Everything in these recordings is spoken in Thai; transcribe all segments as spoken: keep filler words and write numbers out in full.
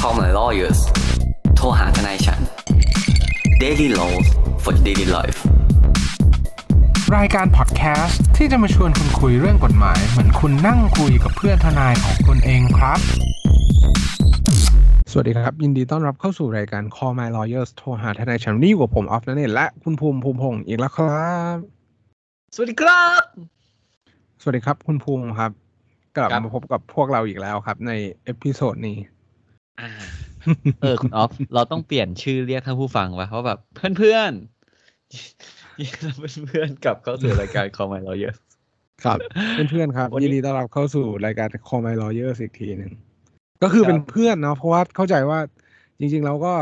Call my lawyers โทรหาทนายฉัน Daily Laws for Daily Life รายการพอดแคสต์ที่จะมาชวนคุณคุยเรื่องกฎหมายเหมือนคุณนั่งคุยกับเพื่อนทนายของคุณเองครับสวัสดีครับยินดีต้อนรับเข้าสู่รายการ Call my lawyers โทรหาทนายฉันนี่อยู่กับผมออฟนั่นเองและคุณภูมิภูมิพงษ์อีกแล้วครับสวัสดีครับสวัสดีครับคุณภูมิครับกลับมาพบกับพวกเราอีกแล้วครับในเอพิโซดนี้อ่าเออคุณออฟเราต้องเปลี่ยนชื่อเรียกท่านผู้ฟังว่ะเพราะแบบเพื่อนๆยินดีเพื่อนๆกลับเข้าสู่รายการ Call my lawyers ครับเพื่อนๆครับยินดีต้อนรับเข้าสู่รายการ Call my lawyers อีกทีนึงก็คือเป็นเพื่อนเนาะเพราะว่าเข้าใจว่าจริงๆเราก็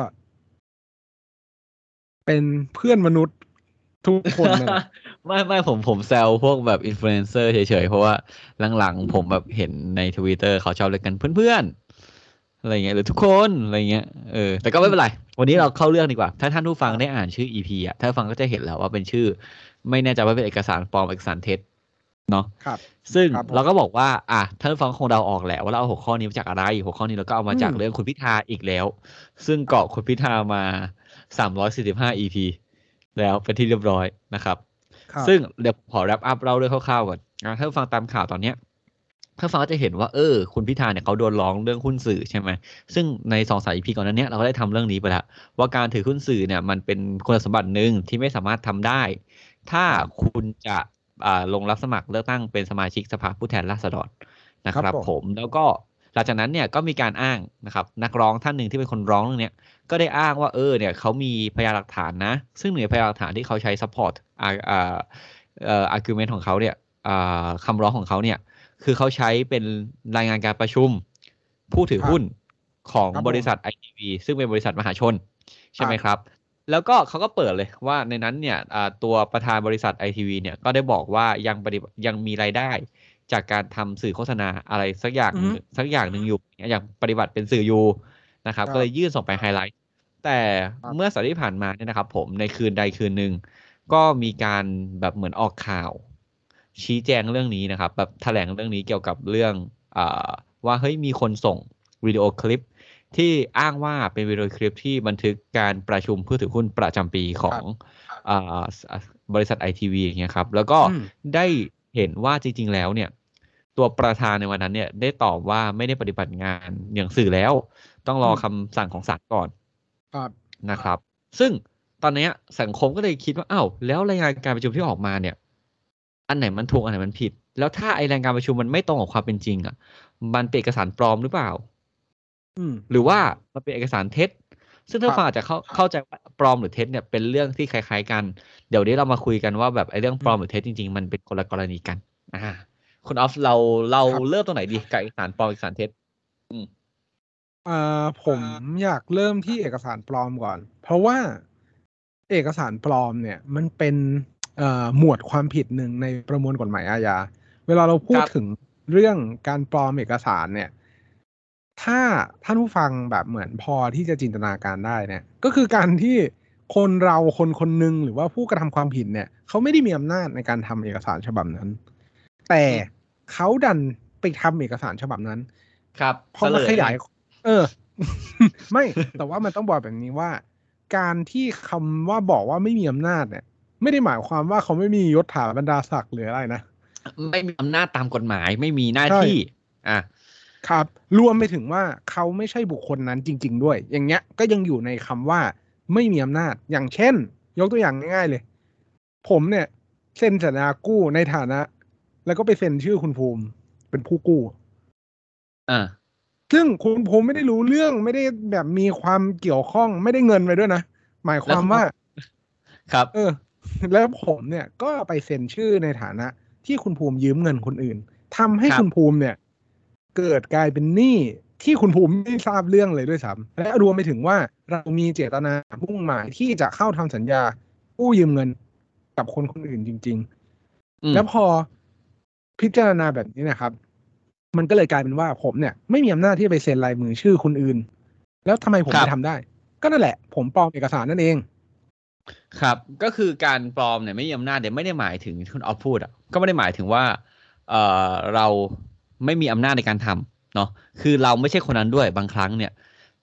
เป็นเพื่อนมนุษย์ทุกคนนะไม่ไม่ผมผมแซวพวกแบบอินฟลูเอนเซอร์เฉยๆเพราะว่าหลังๆผมแบบเห็นใน Twitter เขาชอบเรียกกันเพื่อนๆอะไรเงี้ยหรือทุกคนอะไรเงี้ยเออแต่ก็ไม่เป็นไรวันนี้เราเข้าเรื่องดีกว่าถ้าท่านผู้ฟังได้อ่านชื่อ อี พี อ่ะถ้าฟังก็จะเห็นแล้วว่าเป็นชื่อไม่แน่ใจว่าเป็นเอกสารปลอมเอกสารเท็จเนาะครับซึ่งเราก็บอกว่าอ่ะท่านผู้ฟังคงเดาออกแหละว่าเราเอาหัวข้อนี้มาจากอะไรหัวข้อนี้เราก็เอามาจากเรื่องคุณพิธาอีกแล้วซึ่งเกาะคุณพิธามาสามร้อยสี่สิบห้า อี พี แล้วเป็นที่เรียบร้อยนะครับซึ่งเดี๋ยวขอแรปอัพเล่าเรื่องคร่าวๆก่อนถ้าฟังตามข่าวตอนเนี้ยถ้าฟังก็จะเห็นว่าเออคุณพิธาเนี่ยเขาโดนร้องเรื่องหุ้นสื่อใช่ไหมซึ่งในสองสาม อี พี ก่อนนั้นเนี้ยเราก็ได้ทำเรื่องนี้ไปแล้วว่าการถือหุ้นสื่อเนี่ยมันเป็นคุณสมบัติหนึ่งที่ไม่สามารถทำได้ถ้าคุณจะลงรับสมัครเลือกตั้งเป็นสมาชิกสภาผู้แทนราษฎรนะครับผมแล้วก็หลังจากนั้นเนี่ยก็มีการอ้างนะครับนักร้องท่านหนึ่งที่เป็นคนร้องเรื่องนี้ก็ได้อ้างว่าเออเนี่ยเขามีพยานหลักฐานนะซึ่งหนึ่งในพยานหลักฐานที่เขาใช้ support อ่าอ่าเอ่อ argument ของเขาเนี่ยอ่าคำร้องของเขาเนี่ยคือเขาใช้เป็นรายงานการประชุมผู้ถือหุ้นของบริษัท ไอ ที วี ซึ่งเป็นบริษัทมหาชนใช่ไหมครับแล้วก็เขาก็เปิดเลยว่าในนั้นเนี่ยตัวประธานบริษัท ไอ ที วี เนี่ยก็ได้บอกว่ายังปฏิยังมีรายได้จากการทำสื่อโฆษณาอะไรสักอย่างสักอย่างหนึ่งอยู่อย่างปฏิบัติเป็นสื่ออยู่นะครับก็เลยยื่นส่งไปไฮไลท์แต่เมื่อสัปดาห์ที่ผ่านมาเนี่ยนะครับผมในคืนใดคืนหนึ่งก็มีการแบบเหมือนออกข่าวชี้แจงเรื่องนี้นะครับแบบแถลงเรื่องนี้เกี่ยวกับเรื่องอ่าว่าเฮ้ยมีคนส่งวิดีโอคลิปที่อ้างว่าเป็นวิดีโอคลิปที่บันทึกการประชุมผู้ถือหุ้นประจำปีของอ่าบริษัท ไอ ที วี อย่างเงี้ยครับแล้วก็ได้เห็นว่าจริงๆแล้วเนี่ยตัวประธานในวันนั้นเนี่ยได้ตอบว่าไม่ได้ปฏิบัติงานอย่างสื่อแล้วต้องรอคำสั่งของศาลก่อนนะครับซึ่งตอนนี้สังคมก็เลยคิดว่าอ้าวแล้วรายงานการประชุมที่ออกมาเนี่ยอันไหนมันถูกอันไหนมันผิดแล้วถ้าไอรายงานประชุมมันไม่ตรงกับความเป็นจริงอ่ะมันเป็นเอกสารปลอมหรือเปล่าหรือว่ามันเป็นเอกสารเท็จซึ่งถ้าฟังอาจจะเข้าเข้าใจว่าปลอมหรือเท็จเนี่ยเป็นเรื่องที่คล้ายๆกันเดี๋ยวนี้เรามาคุยกันว่าแบบไอ้เรื่องปลอมหรือเท็จจริงๆมันเป็นคนละกรณีกันอ่าคุณออฟเราเราเริ่มตรงไหนดีกับเอกสารปลอมเอกสารเท็จอืมอ่าผมอยากเริ่มที่เอกสารปลอมก่อนเพราะว่าเอกสารปลอมเนี่ยมันเป็นเอ่อหมวดความผิดหนึ่งในประมวลกฎหมายอาญาเวลาเราพูดถึงเรื่องการปลอมเอกสารเนี่ยถ้าท่านผู้ฟังแบบเหมือนพอที่จะจินตนาการได้เนี่ยก็คือการที่คนเราคนคนหนึ่งหรือว่าผู้กระทำความผิดเนี่ยเขาไม่ได้มีอำนาจในการทำเอกสารฉบับนั้นแต่เขาดันไปทำเอกสารฉบับนั้นครับพอมาขยายเออ ไม่แต่ว่ามันต้องบอกแบบนี้ว่าการที่คำว่าบอกว่าไม่มีอำนาจเนี่ยไม่ได้หมายความว่าเขาไม่มียศถาบรรดาศักดิ์หรืออะไรนะไม่มีอำนาจตามกฎหมายไม่มีหน้าที่อ่ะครับรวมไปถึงว่าเขาไม่ใช่บุคคลนั้นจริงๆด้วยอย่างเงี้ยก็ยังอยู่ในคำว่าไม่มีอำนาจอย่างเช่นยกตัวอย่างง่ายๆเลยผมเนี่ยเซ็นสัญญากู้ในฐานะแล้วก็ไปเซ็นชื่อคุณภูมิเป็นผู้กู้อ่าซึ่งคุณภูมิไม่ได้รู้เรื่องไม่ได้แบบมีความเกี่ยวข้องไม่ได้เงินไปด้วยนะหมายความว่าครับเออแล้วผมเนี่ยก็ไปเซ็นชื่อในฐานะที่คุณภูมิยืมเงินคนอื่นทำให้คุณภูมิเนี่ยเกิดกลายเป็นหนี้ที่คุณภูมิไม่ทราบเรื่องเลยด้วยซ้ำและรวมไปถึงว่าเรามีเจตนามุ่งหมายที่จะเข้าทำสัญญากู้ยืมเงินกับคนคนอื่นจริงๆแล้วพอพิจารณาแบบนี้นะครับมันก็เลยกลายเป็นว่าผมเนี่ยไม่มีอำนาจที่ไปเซ็นลายมือชื่อคนอื่นแล้วทำไมผมไม่ทำได้ก็นั่นแหละผมปลอมเอกสารนั่นเองครับก็คือการปลอมเนี่ยไม่มีอำนาจเนี่ยไม่ได้หมายถึงที่คุณออฟพูดอ่ะก็ไม่ได้หมายถึงว่าเอ่อเราไม่มีอำนาจในการทำเนาะคือเราไม่ใช่คนนั้นด้วยบางครั้งเนี่ย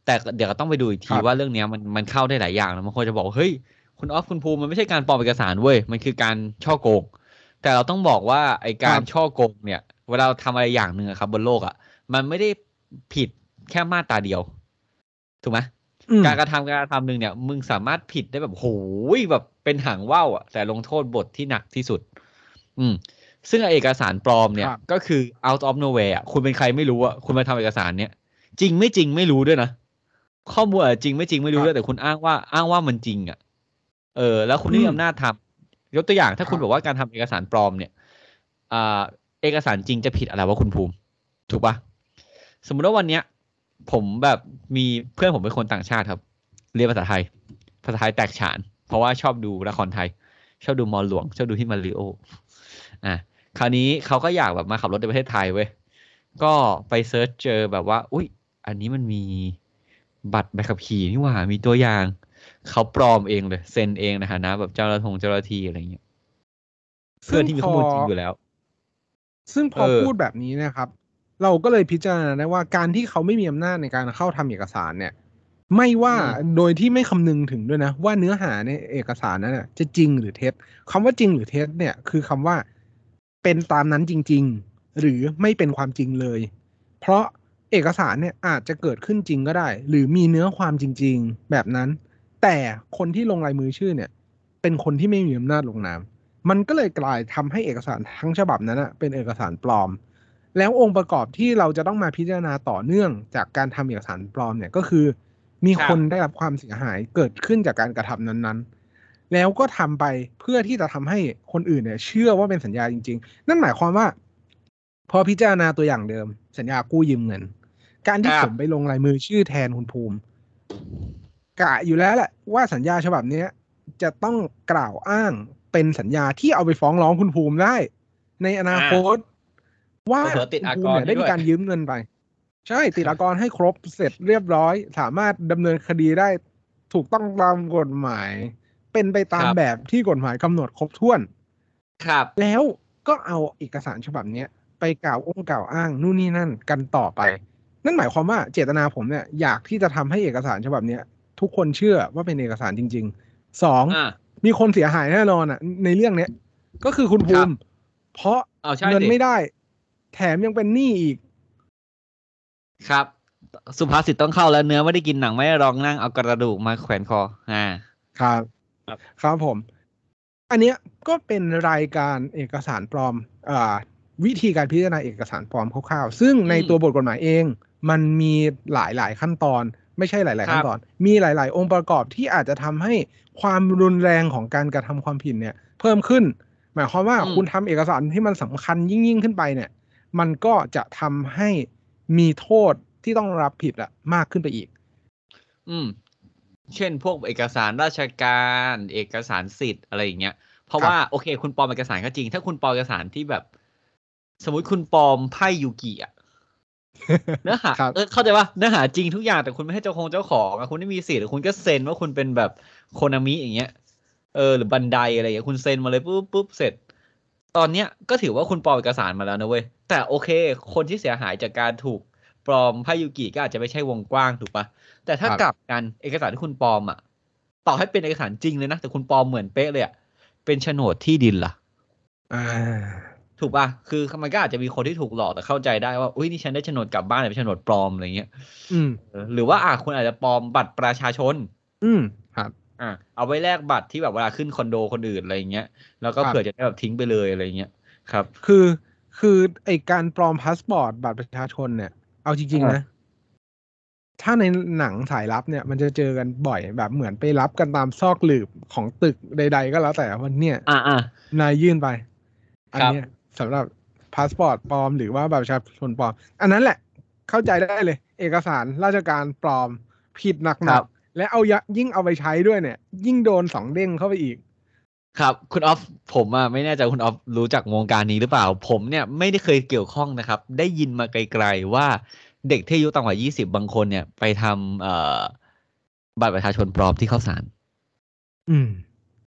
แต่เดี๋ยวก็ต้องไปดูอีกทีครับว่าเรื่องเนี้ยมันมันเข้าได้หลายอย่างนะบางคนจะบอกว่าเฮ้ยคุณออฟคุณภูมิมันไม่ใช่การปลอมเอกสารเว้ยมันคือการช่อโกงแต่เราต้องบอกว่าไอการช่อโกงเนี่ยเวลาเราทำอะไรอย่างหนึ่งอะครับบนโลกอะมันไม่ได้ผิดแค่มาตราเดียวถูกไหมอืมการกระทำการกระทำหนึ่งเนี่ยมึงสามารถผิดได้แบบโหยแบบเป็นหางว่าวอ่ะแต่ลงโทษบทที่หนักที่สุด อืมซึ่งเอกสารปลอมเนี่ยครับก็คือ out of nowhere อ่ะคุณเป็นใครไม่รู้อ่ะคุณมาทำเอกสารเนี่ยจริงไม่จริงไม่รู้ด้วยนะข้อมูลอาจจะจริงไม่จริงไม่รู้ด้วยแต่คุณอ้างว่าอ้างว่ามันจริงอ่ะเออแล้วคุณไม่มีอำนาจทำยกตัวอย่างถ้าคุณบอกว่าการทำเอกสารปลอมเนี่ยอ่าเอกสารจริงจะผิดอะไรวะคุณภูมิถูกปะสมมติว่าวันเนี้ยผมแบบมีเพื่อนผมเป็นคนต่างชาติครับเรียนภาษาไทยภาษาไทยแตกฉานเพราะว่าชอบดูละครไทยชอบดูมอลหลวงชอบดูที่มาริโออ่ะคราวนี้เขาก็อยากแบบมาขับรถในประเทศไทยเว้ยก็ไปเซิร์ชเจอแบบว่าอุ๊ยอันนี้มันมีบัตรใบขับขี่นี่หว่ามีตัวอย่างเขาปลอมเองเลยเซ็นเองนะฮะนะแบบเจ้าหน้าที่เจ้าหน้าที่อะไรเงี้ยเพื่อนที่มีข้อมูลจริงอยู่แล้วซึ่งพอเออพูดแบบนี้นะครับ เราก็เลยพิจารณาได้ว่าการที่เขาไม่มีอำนาจในการเข้าทำเอกสารเนี่ย ไม่ว่าอืมโดยที่ไม่คำนึงถึงด้วยนะ ว่าเนื้อหาในเอกสารนั้นน่ะจะจริงหรือเท็จคำว่าจริงหรือเท็จเนี่ย คือคำว่าเป็นตามนั้นจริง ๆ หรือไม่เป็นความจริงเลย เพราะเอกสารเนี่ยอาจจะเกิดขึ้นจริงก็ได้ หรือมีเนื้อความจริง ๆ แบบนั้น แต่คนที่ลงลายมือชื่อเนี่ย เป็นคนที่ไม่มีอำนาจลงนามมันก็เลยกลายทำให้เอกสารทั้งฉบับนั้นนะเป็นเอกสารปลอม แล้วองค์ประกอบที่เราจะต้องมาพิจารณาต่อเนื่องจากการทำเอกสารปลอมเนี่ยก็คือ มีคนได้รับความเสียหายเกิดขึ้นจากการกระทำนั้นๆ แล้วก็ทำไปเพื่อที่จะทำให้คนอื่นเนี่ยเชื่อว่าเป็นสัญญาจริงๆ นั่นหมายความว่า พอพิจารณาตัวอย่างเดิม สัญญากู้ยืมเงิน การที่ผมไปลงลายมือชื่อแทนคุณภูมิกะอยู่แล้วแหละว่าสัญญาฉบับนี้จะต้องกล่าวอ้างเป็นสัญญาที่เอาไปฟ้องร้องคุณภูมิได้ ในอนาคตว่าคุณภูมิเนี่ยได้มีการยืมเงินไป ใช่ติดอากรให้ครบเสร็จเรียบร้อย สามารถดำเนินคดีได้ถูกต้องตามกฎหมาย เป็นไปตามแบบที่กฎหมายกำหนดครบถ้วนครับแล้วก็เอาเอกสารฉบับนี้ไปกล่าวอ้างกล่าวอ้างนู่นนี่นั่นกันต่อไป นั่นหมายความว่าเจตนาผมเนี่ยอยากที่จะทำให้เอกสารฉบับนี้ทุกคนเชื่อว่าเป็นเอกสารจริงๆสองมีคนเสียหายแน่นอนอ่ะในเรื่องเนี้ยก็คือคุณภูมิเพราะเงินไม่ได้แถมยังเป็นหนี้อีกครับสุภาษิตต้องเข้าแล้วเนื้อไม่ได้กินหนังไม่ได้ลองนั่งเอากระดูกมาแขวนคออ่าครับครับผมอันเนี้ยก็เป็นรายการเอกสารปลอมอ่าวิธีการพิจารณาเอกสารปลอมคร่าวๆซึ่งในตัวบทกฎหมายเองมันมีหลายๆขั้นตอนไม่ใช่หลายๆขั้นตอนมีหลายๆองค์ประกอบที่อาจจะทำให้ความรุนแรงของการกระทำความผิดเนี่ยเพิ่มขึ้นหมายความว่าคุณทำเอกสารที่มันสำคัญยิ่งๆขึ้นไปเนี่ยมันก็จะทำให้มีโทษที่ต้องรับผิดอะมากขึ้นไปอีกอืมเช่นพวกเอกสารราชการเอกสารสิทธิ์อะไรอย่างเงี้ยเพราะว่าโอเคคุณปลอมเอกสารก็จริงถ้าคุณปลอมเอกสารที่แบบสมมุติคุณปลอมไพ่ยูกิอะเนื้อหาเออเข้าใจป่ะเนื้อหาจริงทุกอย่างแต่คุณไม่ให้เจ้าของเจ้าของอะคุณไม่มีสิทธิ์คุณก็เซ็นว่าคุณเป็นแบบโคนามิอย่างเงี้ยเออหรือบันไดอะไรอย่างเงี้ยคุณเซ็นมาเลยปุ๊บปุ๊บเสร็จตอนเนี้ยก็ถือว่าคุณปลอมเอกสารมาแล้วนะเว้ยแต่โอเคคนที่เสียหายจากการถูกปลอมไพ่ยูกิก็อาจจะไม่ใช่วงกว้างถูกปะแต่ถ้ากลับกันเอกสารที่คุณปลอมอ่ะต่อให้เป็นเอกสารจริงเลยนะแต่คุณปลอมเหมือนเป๊ะเลยอ่ะเป็นโฉนดที่ดินล่ะอ่าถูกป่ะคือมันก็อาจจะมีคนที่ถูกหลอกแต่เข้าใจได้ว่าอุ้ยนี่ฉันได้โฉนดกลับบ้านแต่เป็นโฉนดปลอมอะไรเงี้ยอืมหรือว่าอ่ะคุณอาจจะปลอมบัตรประชาชนอืมครับอ่ะเอาไว้แลกบัตรที่แบบเวลาขึ้นคอนโดคนอื่นอะไรเงี้ยแล้วก็เผื่อจะได้แบบทิ้งไปเลยอะไรเงี้ยครับคือคือไอการปลอมพาสปอร์ตบัตรประชาชนเนี่ยเอาจริงๆนะถ้าในหนังสายลับเนี่ยมันจะเจอกันบ่อยแบบเหมือนไปรับกันตามซอกหลืบของตึกใดๆก็แล้วแต่วันเนี่ยนายยื่นไปอันเนี้ยสำหรับพาสปอร์ตปลอมหรือว่าบัตรประชาชนปลอมอันนั้นแหละเข้าใจได้เลยเอกสารราชการปลอมผิดหนักๆและเอายิ่งเอาไปใช้ด้วยเนี่ยยิ่งโดนสองเด้งเข้าไปอีกครับคุณออฟผมอ่ะไม่แน่ใจคุณออฟรู้จักวงการนี้หรือเปล่าผมเนี่ยไม่ได้เคยเกี่ยวข้องนะครับได้ยินมาไกลๆว่าเด็กที่อายุต่ำกว่ายี่สิบบางคนเนี่ยไปทำเอ่อบัตรประชาชนปลอมที่เข้าศาลอืม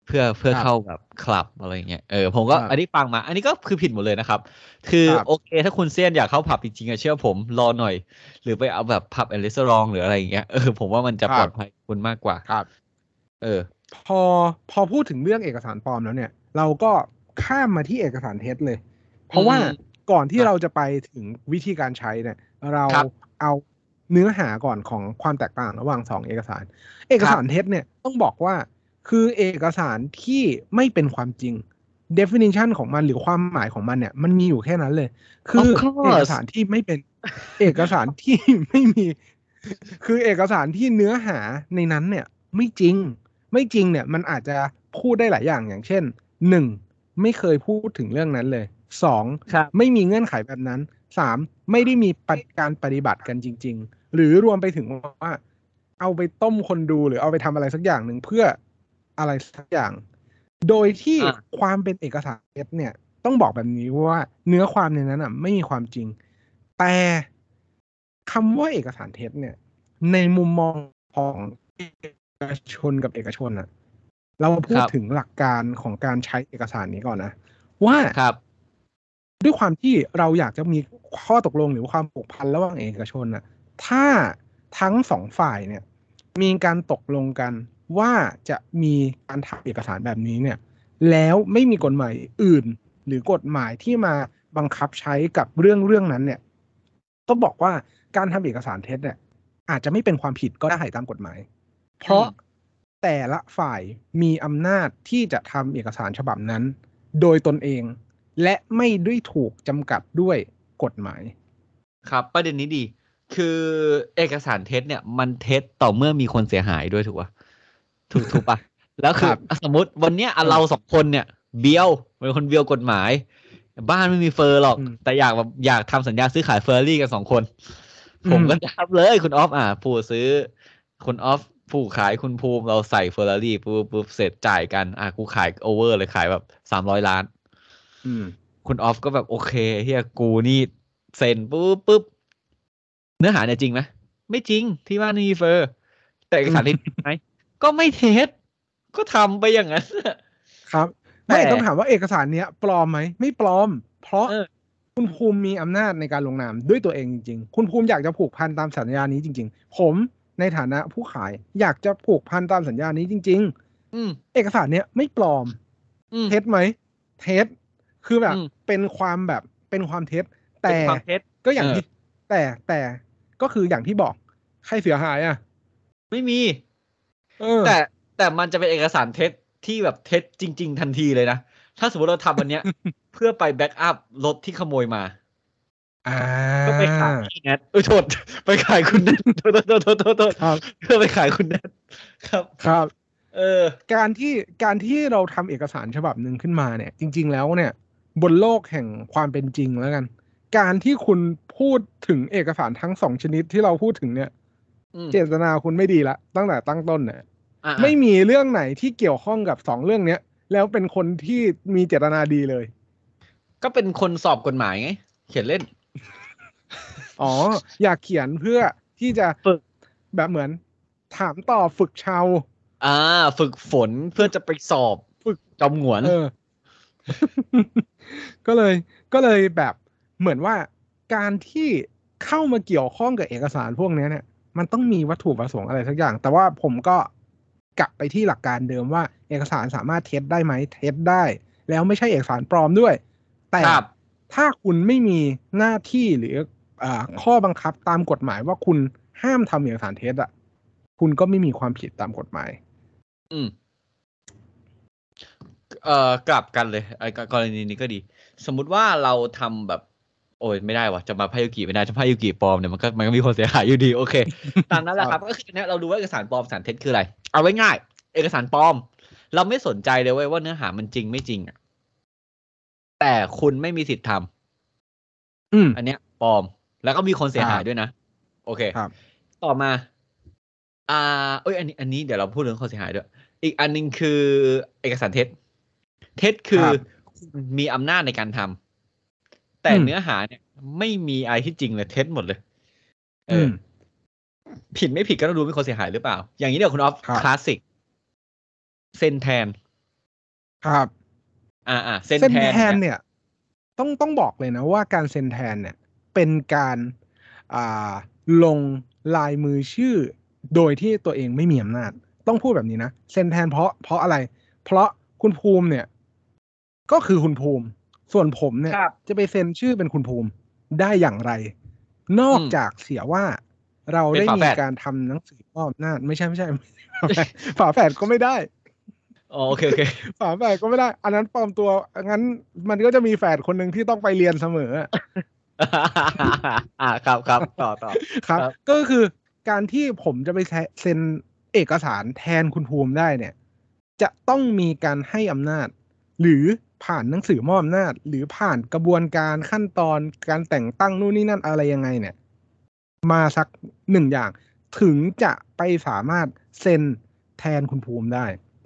เพื่อเพื่อครับเข้าแบบคลับอะไรอย่างเงี้ยเออผมก็ครับอันนี้ฟังมา อันนี้ก็คือผิดหมดเลยนะครับ คือครับโอเค ถ้าคุณเซียนอยากเข้าผับจริงๆอะเชื่อผมรอหน่อย หรือไปเอาแบบผับแอนด์รีสอร์ทหรืออะไรอย่างเงี้ยเออผมว่ามันจะครับปลอดภัยกับคุณมากกว่าครับเออพอพอพูดถึงเรื่องเอกสารปลอมแล้วเนี่ย เราก็ข้ามมาที่เอกสารเท็จเลย เพราะว่าอืมก่อนที่ครับเราจะไปถึงวิธีการใช้เนี่ย เราครับเอาเนื้อหาก่อนของความแตกต่างระหว่างสองเอกสาร เอกสารเท็จเนี่ยต้องบอกว่าคือเอกสารที่ไม่เป็นความจริง definition ของมันหรือความหมายของมันเนี่ยมันมีอยู่แค่นั้นเลย คือ Of course เอกสารที่ไม่เป็น เอกสารที่ไม่มี คือเอกสารที่เนื้อหาในนั้นเนี่ยไม่จริง ไม่จริงเนี่ยมันอาจจะพูดได้หลายอย่างอย่างเช่นหนึ่งไม่เคยพูดถึงเรื่องนั้นเลยสองครับไม่มีเงื่อนไขแบบนั้นสามไม่ได้มีปฏิการปฏิบัติกันจริง ๆ หรือรวมไปถึงว่าเอาไปต้มคนดูหรือเอาไปทำอะไรสักอย่างหนึ่งเพื่ออะไรสักอย่าง โดยที่อ่ะความเป็นเอกสารเท็จเนี่ยต้องบอกแบบนี้ว่าเนื้อความในนั้นอ่ะไม่มีความจริง แต่คำว่าเอกสารเท็จเนี่ยในมุมมองของเอกชนกับเอกชนอ่ะเราพูดครับถึงหลักการของการใช้เอกสารนี้ก่อนนะว่าครับด้วยความที่เราอยากจะมีข้อตกลงหรือความผูกพันระหว่างเอกชนน่ะ ถ้าทั้งสองฝ่ายเนี่ย มีการตกลงกันว่าจะมีการทำเอกสารแบบนี้เนี่ย แล้วไม่มีกฎหมายอื่น หรือกฎหมายที่มาบังคับใช้กับเรื่องเรื่องนั้นเนี่ย ต้องบอกว่าการทำเอกสารเท็จเนี่ย อาจจะไม่เป็นความผิดก็ได้ตามกฎหมาย เพราะแต่ละฝ่ายมีอำนาจที่จะทำเอกสารฉบับนั้น โดยตนเอง และไม่ได้ถูกจำกัดด้วยกฎหมายครับประเด็นนี้ดี คือเอกสารเท็จเนี่ยมันเท็จต่อเมื่อมีคนเสียหายด้วยถูกป่ะถูกถูกป่ะแล้วคือครับสมมติวันเนี้ยอ่ะเออเราสองคนเนี่ย เบี้ยวเป็นคนเบี้ยวกฎหมาย บ้านไม่มีเฟอร์หรอกอืมแต่อยากแบบอยากทำสัญญาซื้อขายเฟอร์รี่กันสองคนอืมผมก็ทำเลยคุณออฟอ่ะผู้ซื้อ คุณออฟผู้ขายคุณภูมิเราใส่เฟอร์รารี่ปุ๊บปุ๊บเสร็จจ่ายกันอ่ะกูขายโอเวอร์เลยขายแบบสามร้อยล้านอืมคุณออฟก็แบบโอเคเฮียกูนี่เซ็นปุ๊บปุ๊บเนื้อหาเนี่ยจริงไหมไม่จริงที่ว่านี่เฟอร์แต่เอกสารเท็จไหมก็ไม่เท็จก็ทำไปอย่างนั้นครับแต่ไม่ต้องถามว่าเอกสารเนี้ย ปลอมไหมไม่ปลอม เพราะเออคุณภูมิมีอำนาจในการลงนามด้วยตัวเองจริงๆ คุณภูมิอยากจะผูกพันตามสัญญานี้จริง ๆ ผมในฐานะผู้ขายอยากจะผูกพันตามสัญญานี้จริงอืมๆ เอกสารเนี้ยไม่ปลอมอืมเท็จไหมเท็จคือแบบอืมเป็นความแบบเป็นความเท็จเป็แต่นความเท็จก็อย่างเออที่แต่แต่ก็คืออย่างที่บอกใครเสียหายอ่ะไม่มีเออแต่แต่มันจะเป็นเอกสารเท็จที่แบบเท็จจริง ๆ ทันทีเลยนะ ถ้าสมมติเราทำอันเนี้ย เพื่อไปแบ็กอัพรถที่ขโมยมาอ่าก็ไปขายพี่แนทเออโทษไปขายคุณแนทโทษโทษโทษโทษโทษครับเพื่อไปขายคุณแนทครับครับเออการที่การที่เราทำเอกสารฉบับหนึ่งขึ้นมาเนี่ย จริง ๆ แล้วเนี่ย บนโลกแห่งความเป็นจริงแล้วกัน การที่คุณพูดถึงเอกสารทั้งสองชนิดที่เราพูดถึงเนี่ยอืมเจตนาคุณไม่ดีละตั้งแต่ตั้งต้นเนี่ยอ่ะไม่มีเรื่องไหนที่เกี่ยวข้องกับสองเรื่องเนี้ย แล้วเป็นคนที่มีเจตนาดีเลยก็เป็นคนสอบกฎหมายไง เขียนเล่นอ๋อ อยากเขียนเพื่อที่จะฝึกแบบเหมือนถามตอบฝึกชาวอ่า ฝึกฝนเพื่อจะไปสอบฝึกจอมหงวนเออ ก็เลยก็เลยแบบเหมือนว่าการที่เข้ามาเกี่ยวข้องกับเอกสารพวกนี้เนี่ย มันต้องมีวัตถุประสงค์อะไรสักอย่าง แต่ว่าผมก็กลับไปที่หลักการเดิมว่าเอกสารสามารถเท็จได้ไหมเท็จได้ แล้วไม่ใช่เอกสารปลอมด้วย แต่ครับถ้าคุณไม่มีหน้าที่หรืออ่าข้อบังคับตามกฎหมายว่าคุณห้ามทำเอกสารเท็จอ่ะคุณก็ไม่มีความผิดตามกฎหมายอืม เอ่อกลับกันเลยไอ้กรณีนี้ก็ดี สมมุติว่าเราทำแบบ โอ้ยไม่ได้ว่ะจะมาพายุกิไม่ได้จะพายุกิปลอมเนี่ยมันก็มันก็มีคนเสียหายอยู่ดีโอเค ตามนั้นแหละครับก็คือเนี้ยเราดูว่าเอกสารปลอมเอกสารเท็จคืออะไร เอาไว้ง่าย เอกสารปลอม เราไม่สนใจเลยเว้ยว่าเนื้อหามันจริงไม่จริงอ่ะแต่คุณไม่มีสิทธิ์ทำอืมอันเนี้ยปลอม แล้วก็มีคนเสียหายด้วยนะ โอเคครับต่อมา อ่าเอ้ยอันนี้ อันนี้เดี๋ยวเราพูดเรื่องคนเสียหายด้วย อีกอันนึงคือเอกสารเท็จ เท็จคือครับคุณมีอำนาจในการทำแต่อืมเนื้อหาเนี่ย ไม่มีอะไรที่จริงเลยเท็จหมดเลย เออือมผิดไม่ผิดก็ต้องดูมีคนเสียหายหรือเปล่า อย่างนี้เดี๋ยวคุณออฟครับคลาสสิกเซ็นแทนครับอ่าอ่าเซ็นเซ็นแทนแทนเนี่ยเนี่ยต้องต้องบอกเลยนะว่าการเซ็นแทนเนี่ยเป็นการอ่าลงลายมือชื่อโดยที่ตัวเองไม่มีอำนาจต้องพูดแบบนี้นะเซ็นแทนเพราะเพราะอะไร เพราะคุณภูมิเนี่ยก็คือคุณภูมิส่วนผมเนี่ยครับจะไปเซ็นชื่อเป็นคุณภูมิได้อย่างไร นอกอืมจากเสียว่าเราเป็นได้ฝามีแฝดการทำหนังสือมอบอำนาจไม่ใช่ไม่ใช่ ฝาแฝดฝาแฝดก็ไม่ได้อ๋อโอเคโอเคฝาแฝดก็ไม่ได้ อันนั้นปลอมตัวงั้นมันก็จะมีแฝดคนหนึ่งที่ต้องไปเรียนเสมออะอ่าครับครับต่อต่อครับครับก็คือการที่ผมจะไปเซ็นเอกสารแทนคุณภูมิได้เนี่ย จะต้องมีการให้อำนาจ หรือผ่านหนังสือมอบอำนาจ หรือผ่านกระบวนการขั้นตอนการแต่งตั้งนู่นนี่นั่นอะไรยังไงเนี่ย มาสักหนึ่งอย่าง ถึงจะไปสามารถเซ็นแทนคุณภูมิได้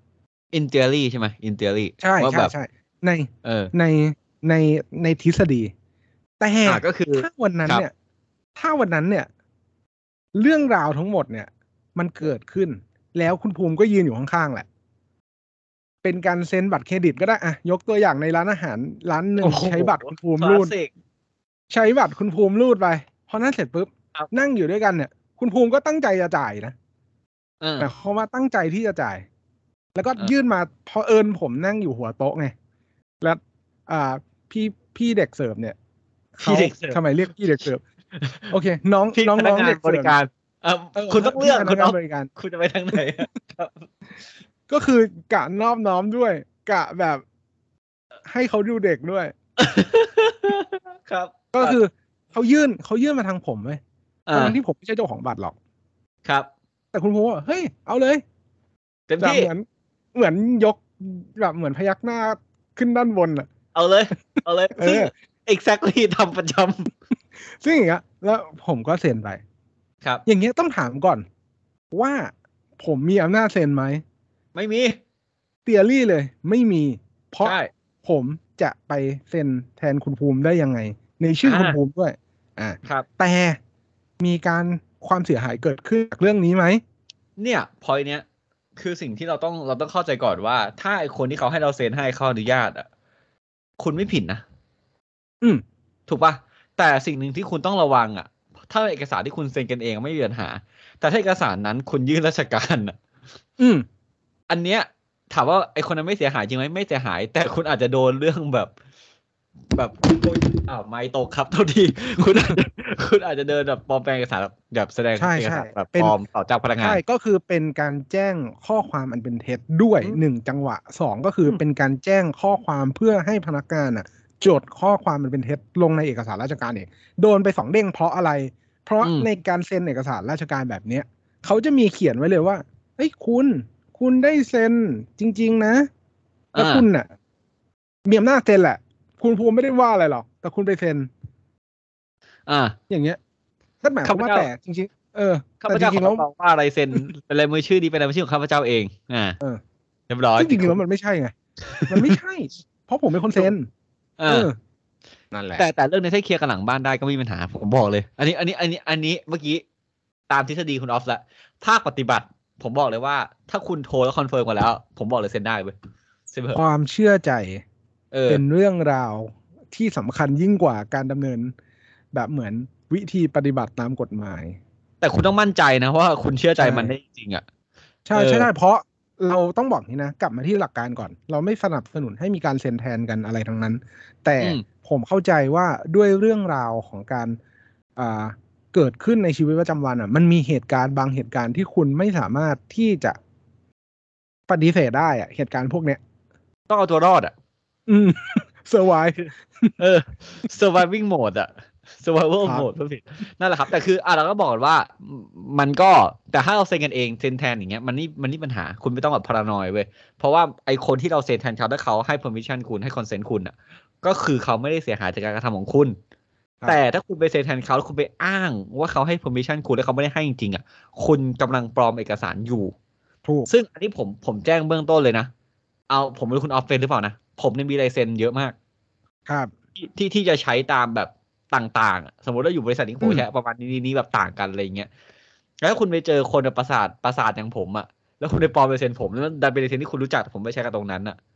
in theory ใช่ไหม in theory ใช่ว่าใช่แบบใช่ในเออในในในทฤษฎี แต่อ่าก็คือถ้าวันนั้นครับเนี่ย ถ้าวันนั้นเนี่ย เรื่องราวทั้งหมดเนี่ย มันเกิดขึ้น แล้วคุณภูมิก็ยืนอยู่ข้างๆแหละ เป็นการเซ็นบัตรเครดิตก็ได้อะยกตัวอย่างในร้านอาหารร้านหนึ่งโอ้โหใช้บัตรคุณภูมิคลารูสดสิกใช้บัตรคุณภูมิรูดไปพอนั้นเสร็จปุ๊บครับนั่งอยู่ด้วยกันเนี่ย คุณภูมิก็ตั้งใจจะจ่ายนะเออหมายความว่าตั้งใจที่จะจ่าย แล้วก็เออยื่นมาพอเอิญผมนั่งอยู่หัวโต๊ะไง แล้วอ่าพี่พี่เด็กเสิร์ฟเนี่ยพี่เด็กเสิร์ฟทำไมเรียกพี่เด็กเสิร์ฟโอเค น้องพี่น้องพน้นัอก งงาเด็นกบเสิริร์ฟการเออเออคุณต้องเลือกพี่พคุนัณกงาเอานบริการคุณจะไปทางไหนอะครับก็คือกะนอบน้อมด้วย กะแบบให้เขาดูเด็กด้วยครับก็คือเขายื่นเขายื่นมาทางผมเว้ยอ่าทั้งที่ผมไม่ใช่เจ้าของบัตรหรอกครับแต่คุณภูมิว่าเฮ้ยเอาเลยเต็มแบบที่เหมือนเหมือนยกแบบเหมือนพยักหน้าขึ้นด้านบนอ่ะเอาเลย เอาเลยเออซึ่ง exactly ทำประจซึ่งอย่างเงี้ยแล้วผมก็เซ็นไปำครับอย่างเงี้ยต้องถามก่อน ว่าผมมีอำนาจเซ็นไหมไม่มีเตียรี่เลย ไม่มี เพราะใช่ผมจะไปเซ็นแทนคุณภูมิได้ยังไง ในชื่อคุณอ่าภูมิด้วย อ่าครับแต่มีการความเสียหายเกิดขึ้นจากเรื่องนี้ไหมเนี่ย point เนี้ยคือสิ่งที่เราต้องเราต้องเข้าใจก่อนว่า ถ้าไอคนที่เขาให้เราเซ็นให้เขาอนุญาตอ่ะคุณไม่ผิดนะอืมถูกปะแต่สิ่งหนึ่งที่คุณต้องระวังอ่ะ ถ้าเอกสารที่คุณเซ็นกันเองไม่มีปัญหา แต่ถ้าเอกสารนั้นคุณยื่นราชการอ่ะอืมอันเนี้ยถามว่าไอคนนั้นไม่เสียหายจริงไหมไม่เสียหาย แต่คุณอาจจะโดนเรื่องแบบ แบบอ้าวไม่ตกครับเท่าที่คุณอาจจะคุณอาจจะเดินแบบปลอมแปลงเอกสารแบบแสดงใช่เอกใช่สารแบบเป็นปลอมต่อเจ้าพนักงานใช่ก็คือเป็นการแจ้งข้อความอันเป็นเท็จด้วยอืมหนึ่งจังหวะสองก็คืออมเป็นการแจ้งข้อความเพื่อให้พนักงานอ่ะ จดข้อความมันเป็นเท็จลงในเอกสารราชการเองโดนไปสองเด้งเพราะอะไร เพราะอืมในการเซ็นเอกสารราชการแบบเนี้ยเขาจะมีเขียนไว้เลยว่าเฮ้ยคุณ คุณได้เซ็นจริง ๆ นะแล้วอ่าคุณน่ะมีอำนาจเซ็นแหละ คุณภูมิไม่ได้ว่าอะไรหรอกแต่คุณไปเซ็นอ่าอย่างเงี้ยนั่นหมายความว่าข้าพเจ้าแต่จริงๆเออข้าพแต่จเจ้าขริองๆแล้วบอกว่าอะไรเซ็นเป็นลายมือชื่อนี้เป็นลายมือชื่อของข้าพเจ้าเอง อ่าเออเรียบร้อยซึ่งจริงๆแล้วมันไม่ใช่ไง มันไม่ใช่ เพราะผมเป็นคนเซ็นอ่าเออ นั่นแหละแต่แต่เรื่องนี้ถ้าเคลียร์กันหลังบ้านได้ก็ไม่มีปัญหาผมบอกเลย อันนี้อันนี้อันนี้อันนี้เมื่อกี้ตามทฤษฎีคุณออฟละภาคปฏิบัติ ผมบอกเลยว่า ถ้าคุณโทรแล้วคอนเฟิร์มกันแล้ว ผมบอกเลยเซ็นได้เว้ยเซ็นเถคอะวามเชื่อใจเออเป็นเรื่องราวที่สำคัญยิ่งกว่าการดำเนิน แบบเหมือนวิธีปฏิบัติตามกฎหมายแต่คุณต้องมั่นใจนะว่าคุณเชื่อใจใช่มันได้จริงๆอ่ะใช่เออใช่ใช่เพราะเราต้องบอกนี้นะ กลับมาที่หลักการก่อน เราไม่สนับสนุนให้มีการเซ็นแทนกันอะไรทั้งนั้น แต่อืมผมเข้าใจว่าด้วยเรื่องราวของการอ่าเกิดขึ้นในชีวิตประจำวันอ่ะ มันมีเหตุการณ์บางเหตุการณ์ที่คุณไม่สามารถที่จะปฏิเสธได้อ่ะ เหตุการณ์พวกเนี้ยต้องเอาตัวรอดอ่ะอืม เซอร์ไวเออ surviving mode อะ survival ครับ mode พูดผิดนั่นแหละครับ แต่คืออ่ะเราก็บอกก่อนว่ามันก็แต่ถ้าเราเซ็นกันเองเซ็นแทนอย่างเงี้ยมันนี่มันนี่ปัญหาคุณไม่ต้องแบบพารานอยเว้ยเพราะว่าไอคนที่เราเซ็นแทนเขาถ้าเขาให้ permission คุณให้ consent คุณอะก็คือเขาไม่ได้เสียหายจากการกระทำของคุณครับแต่ถ้าคุณไปเซ็นแทนเขาแล้วคุณไปอ้างว่าเขาให้ permission คุณแล้วเขาไม่ได้ให้จริงๆอะคุณกำลังปลอมเอกสารอยู่ถูกซึ่งอันนี้ผมผมแจ้งเบื้องต้นเลยนะเอาผมไม่รู้คุณออฟเป็นหรือเปล่านะผมเนี่ยมีลายเซ็นเยอะมากครับที่ที่ที่จะใช้ตามแบบต่างๆอะสมมติว่าอยู่บริษัทนี้ผมอืมใช้ประมาณนี้นี้แบบต่างกันอะไรเงี้ยแล้วถ้าคุณไปเจอคนแบบประสาทประสาทอย่างผมอะแล้วคุณไปปลอมลายเซ็นผมแล้วมันดันเป็นลายเซ็นที่คุณรู้จักแต่ผมไม่ใช้กับตรงนั้นอะ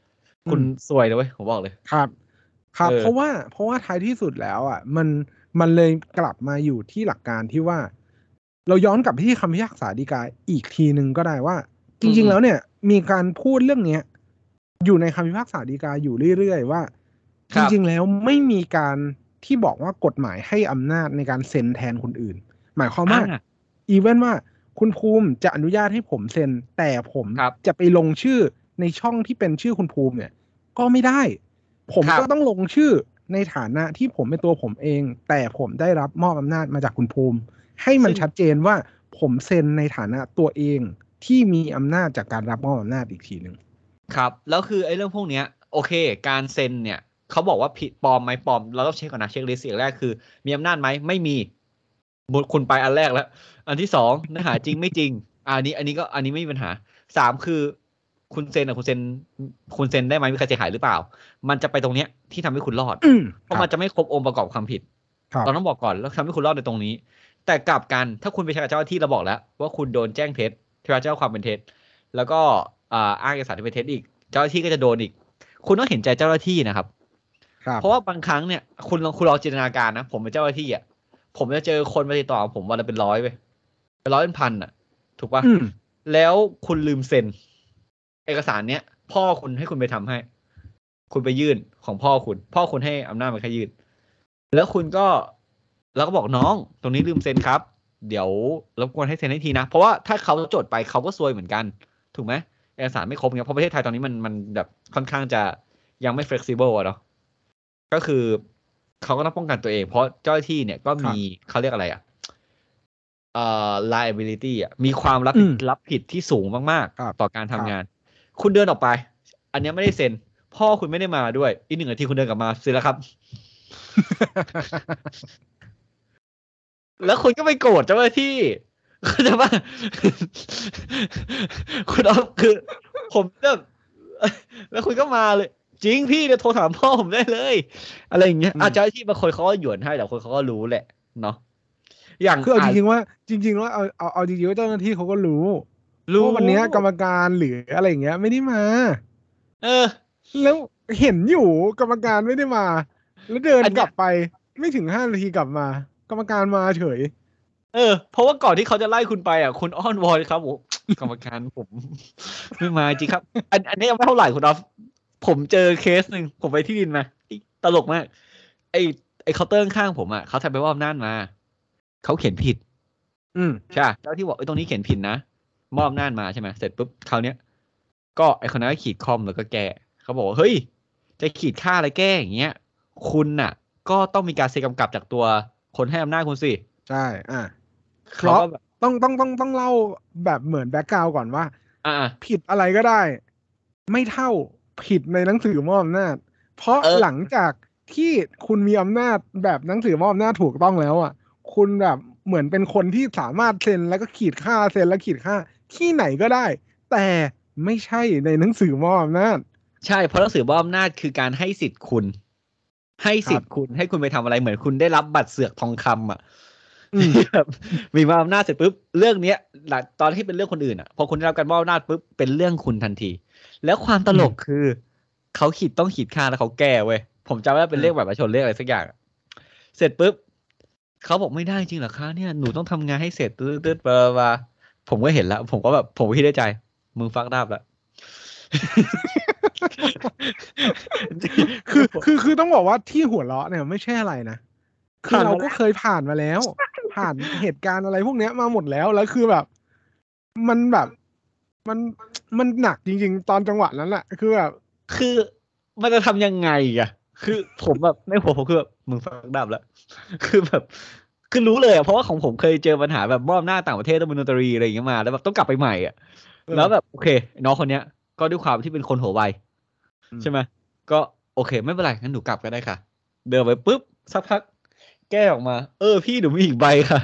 คุณซวยนะเว้ยผมบอกเลยครับครับเออเพราะว่าเพราะว่าท้ายที่สุดแล้วอ่ะมันมันเลยกลับมาอยู่ที่หลักการที่ว่า เราย้อนกลับไปที่คำพิพากษาฎีกาอีกทีหนึ่งก็ได้ว่า จริง ๆ แล้วเนี่ย มีการพูดเรื่องเนี้ย อยู่ในคำพิพากษาฎีกาอยู่เรื่อยๆว่าคจรับริง ๆ แล้วไม่มีการที่บอกว่ากฎหมายให้อำนาจในการเซ็นแทนคนอื่น หมายความว่าอ่าอีเวนว่าคุณภูมิจะอนุญาตให้ผมเซ็น แต่ผมครับจะไปลงชื่อในช่องที่เป็นชื่อคุณภูมิเนี่ย ก็ไม่ได้ ผมครับก็ต้องลงชื่อในฐานะที่ผมเป็นตัวผมเอง แต่ผมได้รับมอบอำนาจมาจากคุณภูมิ ให้มันซึ่งชัดเจนว่าผมเซ็นในฐานะตัวเองที่มีอำนาจจากการรับมอบอำนาจอีกทีหนึ่งครับแล้วคือไอ้เรื่องพวกเนี้ยโอเคการเซ็นเนี่ยเขาบอกว่าผิดปลอมไหมปลอมเราต้องเช็คก่อนนะเช็คลิสต์อย่างแรกคือมีอำนาจไหมไม่มีบุคุณไปอันแรกแล้ว อันที่สองเนื้อหาจริงไม่จริงอันนี้อันนี้ก็อันนี้ไม่มีปัญหาสามคือคุณเซ็นอ่ะคุณเซ็นคุณเซ็นได้ไหมมีใครเสียหายหรือเปล่า มันจะไปตรงเนี้ยที่ทำให้คุณรอดอืมเพราะมันจะไม่ครบองค์ประกอบความผิดครับเราต้องบอกก่อนแล้วทำให้คุณรอดในตรงนี้ แต่กลับกันถ้าคุณไปใช้กับเจ้าหน้าที่เราบอกแล้วว่าคุณโดนแจ้งเท็จที่ว่าเจ้าความเป็นเท็จแล้วก็อ่าอ้างเอกสารที่เป็นเท็จอีกเจ้าหน้าที่ก็จะโดนอีกคุณต้องเห็นใจเจ้าหน้าที่นะครับครับเพราะว่าบางครั้งเนี่ยคุณลองคุณลองจินตนาการนะผมเป็นเจ้าหน้าที่อ่ะผมจะเจอคนมาติดต่อผมวันละเป็นร้อยไปเป็นร้อยเป็นพันอ่ะถูกปะอืมแล้วคุณลืมเซ็นเอกสารเนี้ยพ่อคุณให้คุณไปทำให้ คุณไปยื่นของพ่อคุณ พ่อคุณให้อำนาจมันแค่ยื่นแล้วคุณก็แล้วก็บอกน้องตรงนี้ลืมเซ็นครับ เดี๋ยวรบกวนให้เซ็นให้ทีนะเพราะว่าถ้าเขาจดไปเขาก็ซวยเหมือนกันถูกไหมเอกสารไม่ครบเงี้ยเพราะประเทศไทยตอนนี้มันมันแบบค่อนข้างจะยังไม่ flexible อะเนาะก็คือเขาก็ต้องป้องกันตัวเองเพราะเจ้าหน้าที่เนี่ยก็มีเขาเรียกอะไรอะเอ่อ liability อ่ะมีความรับผิดอืมรับผิดที่สูงมากครับๆต่อการทำงาน คุณเดินออกไป อันเนี้ยไม่ได้เซ็นพ่อคุณไม่ได้มาด้วยอีกหนึ่งนาทีคุณเดินกลับมาเสร็จแล้วครับ แล้วคุณก็ไปโกรธเจ้าหน้าที่เข้าใจป่ะ คุณเอาคือ ผมแบบแล้วคุณก็มาเลย จริงพี่เดี๋ยวโทรถามพ่อผมได้เลย อะไรอย่างเงี้ยอืมอาจจะที่บางคนเขาก็หยวนให้แต่คนเขาก็รู้แหละเนาะอย่างคือเอาจอ่ะริงๆว่าจริงๆว่าเอาเอาเอาจริงๆว่าเจ้าหน้าที่เขาก็รู้รู้ว่าวันเนี้ยกรรมการหรืออะไรอย่างเงี้ย ไม่ได้มาเออแล้วเห็นอยู่กรรมการไม่ได้มา แล้วเดินอันเนี้ยกลับไป ไม่ถึงห้านาทีกลับมา กรรมการมาเฉยเออเพราะว่าก่อนที่เขาจะไล่คุณไปอ่ะคุณอ้อนวอนครับโอ้ กรรมการผม ไม่มาจริงครับ อันอันนี้ยังไม่เท่าไหร่คุณออฟผมเจอเคสหนึ่งผมไปที่ดินมาตลกมากไอไอเคาน์เตอร์ข้างๆผมอ่ะเขาทำไปว่าอำนาจมาเขาเขียนผิดอืมใช่ปะแล้วที่บอกไอ้ยตรงนี้เขียนผิดนะมอบอำนาจมาใช่ไหมเสร็จปุ๊บคราวเนี้ยก็ไอคนนั้นก็ขีดคอมแล้วก็แก้เขาบอกว่าเฮ้ยจะขีดค่าอะไรแก้อย่างเงี้ยคุณน่ะ ก็ต้องมีการเซ็นกำกับจากตัวคนให้อำนาจคุณสิใช่ อ่ะ เพเขาราะก็แบบต้องต้องต้องต้องเล่าแบบเหมือนแบ็กกราวก่อนว่าอ่าผิดอะไรก็ได้ ไม่เท่าผิดในหนังสือมอบอำนาจ เพราะเออหลังจากที่คุณมีอำนาจแบบหนังสือมอบอำนาจถูกต้องแล้วอ่ะ คุณแบบเหมือนเป็นคนที่สามารถเซ็นแล้วก็ขีดค่าเซ็นแล้วขีดค่าที่ไหนก็ได้ แต่ไม่ใช่ในหนังสือมอบอำนาจใช่เพราะหนังสือมอบอำนาจคือการให้สิทธิ์คุณ ให้สิทธิ์คุณให้คุณไปทำอะไรเหมือนคุณได้รับบัตรเสือกทองคำอ่ะอืมแบบมีมอบอำนาจเสร็จปุ๊บเรื่องเนี้ยหลังตอนที่เป็นเรื่องคนอื่นอ่ะพอคุณได้รับการมอบอำนาจปุ๊บเป็นเรื่องคุณทันที แล้วความตลกคือเขาขีดต้องขีดค่าแล้วเขาแก้เว้ยผมจำได้เป็นเลขบัตรประชาชนเลขอะไรสักอย่างอะเสร็จปุ๊บเขาบอกไม่ได้จริงเหรอคะเนี่ยหนูต้องทำงานให้เสร็จตืดตืดๆมาผมก็เห็นแล้ว ผมก็แบบผมก็คิดในใจมึงฟักดาบแล้วคือคือคือต้องบอกว่าที่หัวเราะเนี่ยไม่ใช่อะไรนะ คือผ่านมาเราก็เคยผ่านมาแล้ว ผ่านเหตุการณ์อะไรพวกเนี้ยมาหมดแล้วแล้วคือแบบ มันแบบมันมันหนักจริงๆ ตอนจังหวะนั้นแหละคือแบบคือมันจะทำยังไงอะคือผมแบบในหัวผมคือแบบมึงฟักดาบแล้ว คือแบบคือรู้เลยอะเพราะว่าของผมเคยเจอปัญหาแบบมอบหน้าจต่างประเทศต้องเป็นดนตรีอะไรอย่างเงี้ยมาแล้วแบบต้องกลับไปใหม่อะเออแล้วแบบโอเคน้องคนเนี้ย ก็ด้วยความที่เป็นคนหัวไวอืมใช่ไหมก็โอเค ไม่เป็นไรงั้นหนูกลับก็ได้ค่ะ เดินไปปุ๊บสักพัก แก้ออกมา เออพี่หนูมีอีกใบค่ะ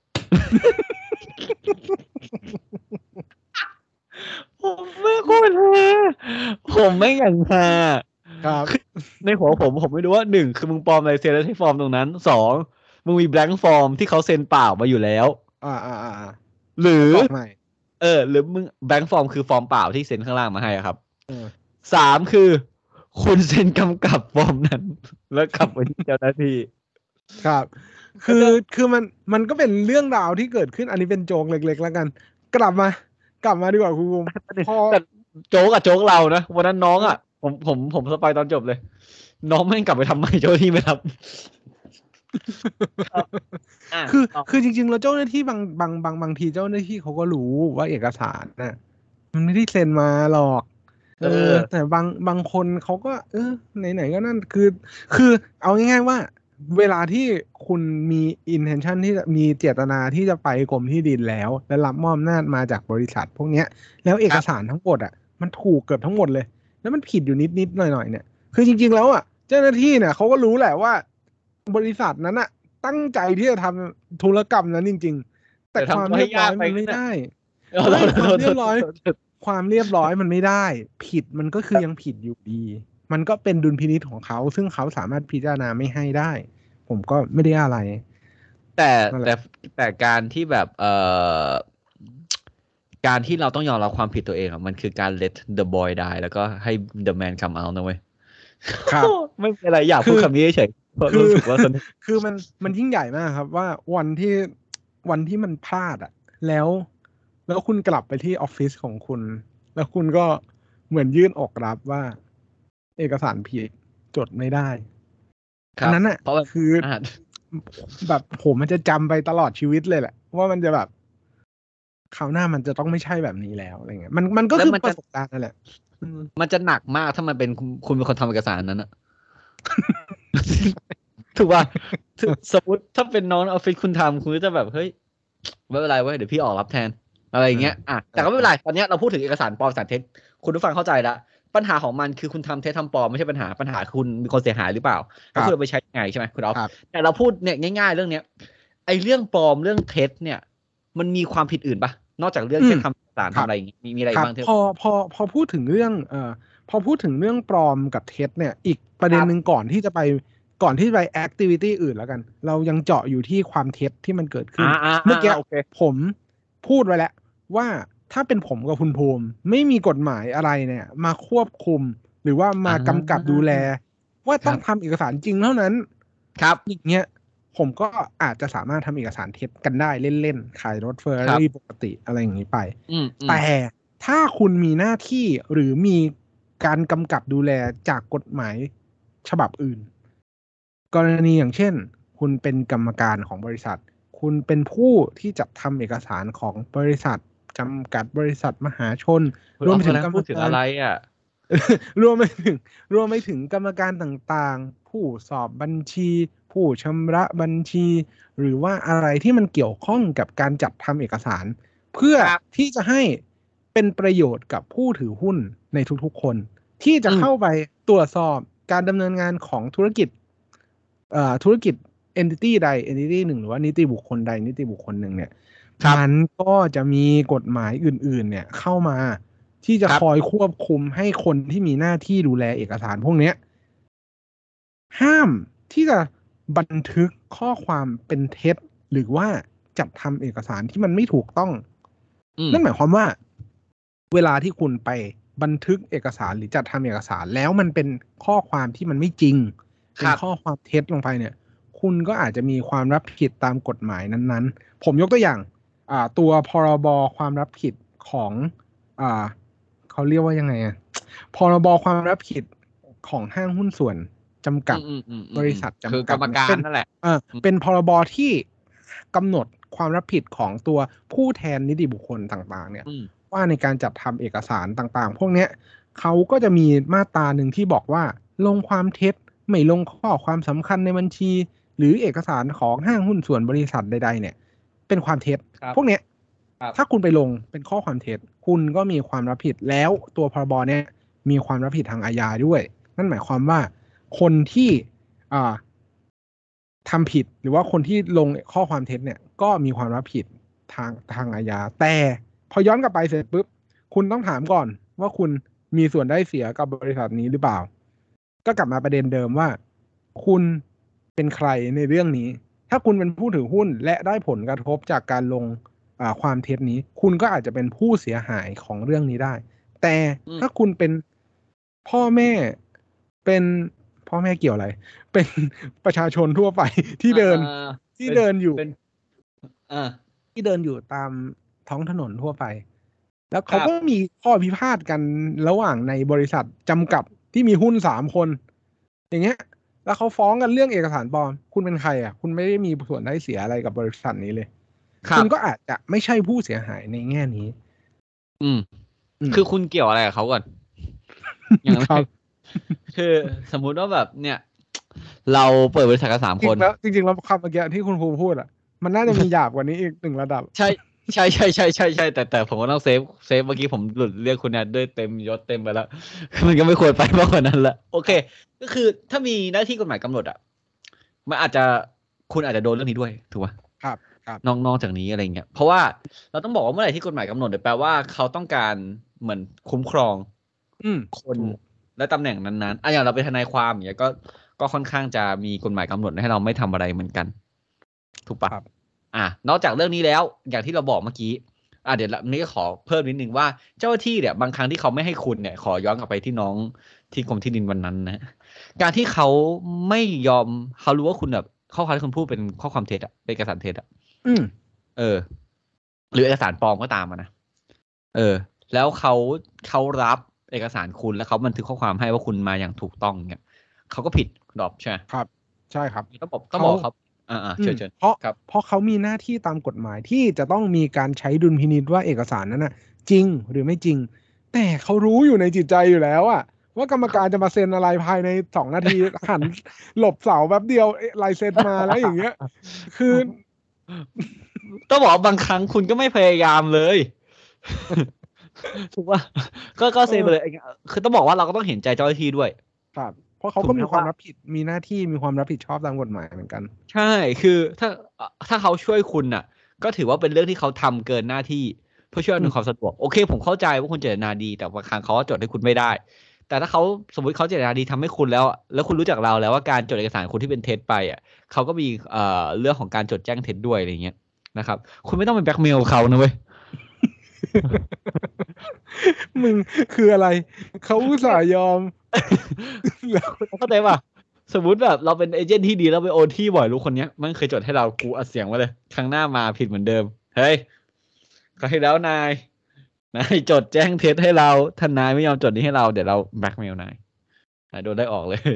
ผมไม่โคตรฮาผมไม่อย่างฮาครับในหัวผมผมไม่รู้ว่าหนึ่งคือมึงปลอมลายเซ็นแล้วให้ฟอร์มตรงนั้นสองมึงมี blank form ที่เขาเซ็นเปล่ามาอยู่แล้วอ่าอ่าอ่าอ่าหรือบอกใหม่เออ หรือมึง blank form คือฟอร์มเปล่าที่เซ็นข้างล่างมาให้อะครับเออสามคือคุณเซ็นกำกับฟอร์มนั้น แล้วกลับไปที่เจ้าหน้าที่ครับ คือคือมันมันก็เป็นเรื่องราวที่เกิดขึ้นอันนี้เป็นโจกเล็กๆแล้วกัน กลับมา กลับมาดีกว่าคุณภูมิพอแต่โจ๊กอะโจ๊กเรานะวันนั้นน้องอะผมผมผมสปอยตอนจบเลย น้องแม่งกลับไปทำใหม่เจ้าหน้าที่ไม่รับคือคือจริงๆแล้วเจ้าหน้าที่บางบางบางบางทีเจ้าหน้าที่เขาก็รู้ว่าเอกสารน่ะมันไม่ได้เซ็นมาหรอก เออ แต่บางบางคนเขาก็ เออไหนๆก็นั่นคือ คือเอาง่ายๆว่า เวลาที่คุณมี intention ที่มีเจตนาที่จะไปกรมที่ดินแล้ว และรับมอบอำนาจมาจากบริษัทพวกเนี้ย แล้วเอกสารทั้งหมดอ่ะมันถูกเกือบทั้งหมดเลย แล้วมันผิดอยู่นิดๆหน่อยๆเนี่ยคือจริงๆแล้วอ่ะเจ้าหน้าที่เนี่ยเขาก็รู้แหละว่า บริษัทนั้นอ่ะตั้งใจที่จะทำธุรกรรมนั้นจริงๆแต่ความเรียบร้อยมันไม่ได้ความเรียบร้อยความเรียบร้อยมันไม่ได้ผิดมันก็คือยังผิดอยู่ดีมันก็เป็นดุลพินิจของเขาซึ่งเขาสามารถพิจารณาไม่ให้ได้ผมก็ไม่ได้อะไรแต่แต่แต่การที่แบบเอ่อการที่เราต้องยอมรับความผิดตัวเองอ่ะมันคือการ let the boy die แล้วก็ให้ the man come out นะเว้ยครับไม่เป็นไรอยากพูดคำนี้เฉยๆรู้สึกว่าคือมันมันยิ่งใหญ่มากครับว่าวันที่วันที่มันพลาดอ่ะแล้วแล้วคุณกลับไปที่ออฟฟิศของคุณแล้วคุณก็เหมือนยื่นออกรับว่าเอกสารผิดจดไม่ได้อันนั้นอ่ะคือแบบผมมันจะจำไปตลอดชีวิตเลยแหละว่ามันจะแบบคราวหน้ามันจะต้องไม่ใช่แบบนี้แล้วอะไรเงี้ยมันมันก็คือประสบการณ์นั่นแหละมันจะหนักมากถ้ามันเป็นคุณเป็นคนทำเอกสารนั้นอะถูกป่ะสมมติถ้าเป็นน้องออฟฟิศคุณทำคุณก็จะแบบเฮ้ยไม่เป็นไรเว้ยเดี๋ยวพี่ออกรับแทนอะไรอย่างเงี้ยอ่ะแต่ก็ไม่เป็นไรตอนนี้เราพูดถึงเอกสารปลอมสารเท็จคุณผู้ฟังเข้าใจแล้วปัญหาของมันคือคุณทำเท็จทำปลอมไม่ใช่ปัญหาปัญหาคุณมีคนเสียหายหรือเปล่าแล้วคุณเอาไปใช้ยังไงใช่ไหมคุณออฟแต่เราพูดเนี่ยง่ายๆเรื่องเนี้ยไอ้เรื่องปลอมเรื่องเท็จเนี่ยมันมีความผิดอื่นปะนอกจากเรื่องที่ทำเอกสารทำอะไรอย่างงี้มีมีอะไรบ้างที่พอพอพอพูดถึงเรื่องเอ่อพอพูดถึงเรื่องปลอมกับเท็จเนี่ยอีกประเด็นหนึ่งก่อนที่จะไปก่อนที่จะไปแอคทิวิตี้อื่นแล้วกันเรายังเจาะอยู่ที่ความเท็จที่มันเกิดขึ้นเมื่อกี้ผมพูดไว้แล้วว่าถ้าเป็นผมกับคุณภูมิไม่มีกฎหมายอะไรเนี่ยมาควบคุมหรือว่ามากำกับดูแลว่าต้องทำเอกสารจริงเท่านั้นครับอย่างเงี้ยผมก็อาจจะสามารถทำเอกสารเท็จกันได้เล่นๆขายรถเฟอร์รารี่ปกติอะไรอย่างนี้ไปแต่ถ้าคุณมีหน้าที่หรือมีการกำกับดูแลจากกฎหมายฉบับอื่นกรณีอย่างเช่นคุณเป็นกรรมการของบริษัทคุณเป็นผู้ที่จัดทำเอกสารของบริษัทจำกัดบริษัทมหาชนรวมไปถึงกรรมการอะไรอ่ะรวมไปถึงรวมไปถึงกรรมการต่างๆผู้สอบบัญชีผู้ชำระบัญชีหรือว่าอะไรที่มันเกี่ยวข้องกับการจัดทำเอกสารเพื่อที่จะให้เป็นประโยชน์กับผู้ถือหุ้นในทุกๆคนที่จะเข้าไปตรวจสอบการดำเนินงานของธุรกิจธุรกิจ entity ใด entity หนึ่งหรือว่านิติบุคคลใดนิติบุคคลหนึ่งเนี่ยมันก็จะมีกฎหมายอื่นๆเนี่ยเข้ามาที่จะคอยควบคุมให้คนที่มีหน้าที่ดูแลเอกสารพวกนี้ห้ามที่จะบันทึกข้อความเป็นเท็จหรือว่าจัดทำเอกสารที่มันไม่ถูกต้องนั่นหมายความว่าเวลาที่คุณไปบันทึกเอกสารหรือจัดทำเอกสารแล้วมันเป็นข้อความที่มันไม่จริงเป็นข้อความเท็จลงไปเนี่ยคุณก็อาจจะมีความรับผิดตามกฎหมายนั้นๆผมยกตัวอย่างอ่าตัวพรบความรับผิดของอ่าเขาเรียกว่ายังไงอ่ะพรบความรับผิดของห้างหุ้นส่วนจำกัดบริษัทจำกัดคือกรรมการนั่นแหละเออเป็นพรบที่กำหนดความรับผิดของตัวผู้แทนนิติบุคคลต่างๆเนี่ยว่าในการจัดทำเอกสารต่างๆพวกเนี้ยเขาก็จะมีมาตราหนึ่งที่บอกว่าลงความเท็จไม่ลงข้อความสำคัญในบัญชีหรือเอกสารของห้างหุ้นส่วนบริษัทใดๆเนี่ยเป็นความเท็จพวกเนี้ยถ้าคุณไปลงเป็นข้อความเท็จคุณก็มีความรับผิดแล้วตัวพรบเนี่ยมีความรับผิดทางอาญาด้วยนั่นหมายความว่าคนที่อ่าทำผิดหรือว่าคนที่ลงข้อความเท็จเนี่ยก็มีความรับผิดทางทางอาญาแต่พอย้อนกลับไปเสร็จปุ๊บคุณต้องถามก่อนว่าคุณมีส่วนได้เสียกับบริษัทนี้หรือเปล่าก็กลับมาประเด็นเดิมว่าคุณเป็นใครในเรื่องนี้ถ้าคุณเป็นผู้ถือหุ้นและได้ผลกระทบจากการลงความเท็จนี้คุณก็อาจจะเป็นผู้เสียหายของเรื่องนี้ได้แต่ถ้าคุณเป็นพ่อแม่เป็นพ่อแม่เกี่ยวอะไรเป็นประชาชนทั่วไปที่เดินที่เดินอยู่อ่าที่เดินอยู่ตามท้องถนนทั่วไปแล้วเขาก็มีข้อพิพาทกันระหว่างในบริษัทจำกัดที่มีหุ้นสามคนอย่างเงี้ยแล้วเขาฟ้องกันเรื่องเอกสารปลอมคุณเป็นใครอ่ะคุณไม่ได้มีส่วนได้เสียอะไรกับบริษัทนี้เลยคุณก็อาจจะไม่ใช่ผู้เสียหายในแง่นี้อืมคือคุณเกี่ยวอะไรกับเขาก่อนอย่างไรคือสมมุติว่าแบบเนี่ย เราเปิดบริษัทกันสามคนแล้วจริงๆแล้วคำเมื่อกี้ที่คุณภูพูดอ่ะมันน่าจะมีหยาบกว่านี้อีกหนึ่งระดับใช่ใช่ใช่ใช่ใช่ใช่แต่แต่ผมก็ต้องเซฟเซฟเมื่อกี้ผมหลุดเรียกคุณเนี่ยด้วยเต็มยศเต็มไปแล้วมันก็ไม่ควรไปมากกว่านั้นละโอเคก็คือถ้ามีหน้าที่กฎหมายกำหนดอ่ะมันอาจจะคุณอาจจะโดนเรื่องนี้ด้วยถูกป่ะครับครับนอกนอกจากนี้อะไรเงี้ยเพราะว่าเราต้องบอกว่าเมื่อไหร่ที่กฎหมายกำหนดแปลว่าเขาต้องการเหมือนคุ้มครองคนและตำแหน่งนั้นๆอ่ะอย่างเราเป็นทนายความอย่างเงี้ยก็ก็ค่อนข้างจะมีกฎหมายกำหนดให้เราไม่ทำอะไรเหมือนกันถูกปะอ่ะนอกจากเรื่องนี้แล้วอย่างที่เราบอกเมื่อกี้อ่ะเดี๋ยวนี้ก็ขอเพิ่มนิดนึงว่าเจ้าหน้าที่เนี่ยบางครั้งที่เขาไม่ให้คุณเนี่ยขอย้อนกลับไปที่น้องที่กรมที่ดินวันนั้นนะการที่เขาไม่ยอมเขารู้ว่าคุณแบบข้อความที่คุณพูดเป็นข้อความเท็จอะเป็นเอกสารเท็จอะอืมเออหรือเอกสารปลอมก็ตามนะเออแล้วเขาเขารับเอกสารคุณแล้วเขาบันทึกข้อความให้ว่าคุณมาอย่างถูกต้องเนี่ยเขาก็ผิดดอกใช่ไหมครับใช่ครับต้องบอกต้องบอกครับอ่าๆเชิญๆเพราะเพราะเขามีหน้าที่ตามกฎหมายที่จะต้องมีการใช้ดุลพินิจว่าเอกสารนั้นน่ะจริงหรือไม่จริงแต่เขารู้อยู่ในจิตใจอยู่แล้วอะว่ากรรมการจะมาเซ็นอะไรภายในสองนาทีหันหลบเสาแป๊บเดียวลายเซ็นมาแล้วอย่างเงี้ยคือต้องบอกบางครั้งคุณก็ไม่พยายามเลยถูกป่ะก็ก็เซ็นไปเลยคือต้องบอกว่าเราก็ต้องเห็นใจเจ้าหน้าที่ด้วยครับเพราะเขาก็มีความรับผิดมีหน้าที่มีความรับผิดชอบตามกฎหมายเหมือนกันใช่คือถ้าถ้าเขาช่วยคุณน่ะก็ถือว่าเป็นเรื่องที่เขาทำเกินหน้าที่เพื่อช่วยอำนวยความสะดวกโอเคผมเข้าใจว่าคุณเจตนาดีแต่บางครั้งเขาจดให้คุณไม่ได้แต่ถ้าเขาสมมติเขาเจตนาดีทำให้คุณแล้วแล้วคุณรู้จักเราแล้วว่าการจดเอกสารคุณที่เป็นเท็จไปอ่ะเขาก็มีเอ่อเรื่องของการจดแจ้งเท็จด้วยอะไรเงี้ยนะครับคุณไม่ต้องไปแบล็กเมลเขานะเว้ยมึงคืออะไรเขาอุตส่าห์ยอมแล้วเข้าใจป่ะสมมุติแบบเราเป็นเอเจนต์ที่ดีแล้วไปโอนที่บ่อยรู้คนเนี้ยมันเคยจดให้เรากูอัดเสียงไว้เลยครั้งหน้ามาผิดเหมือนเดิมเฮ้ยครั้งที่แล้วนายนายจดแจ้งเท็จให้เราท่านนายไม่ยอมจดนี้ให้เราเดี๋ยวเราแบล็กเมลนายโดนได้ออกเลย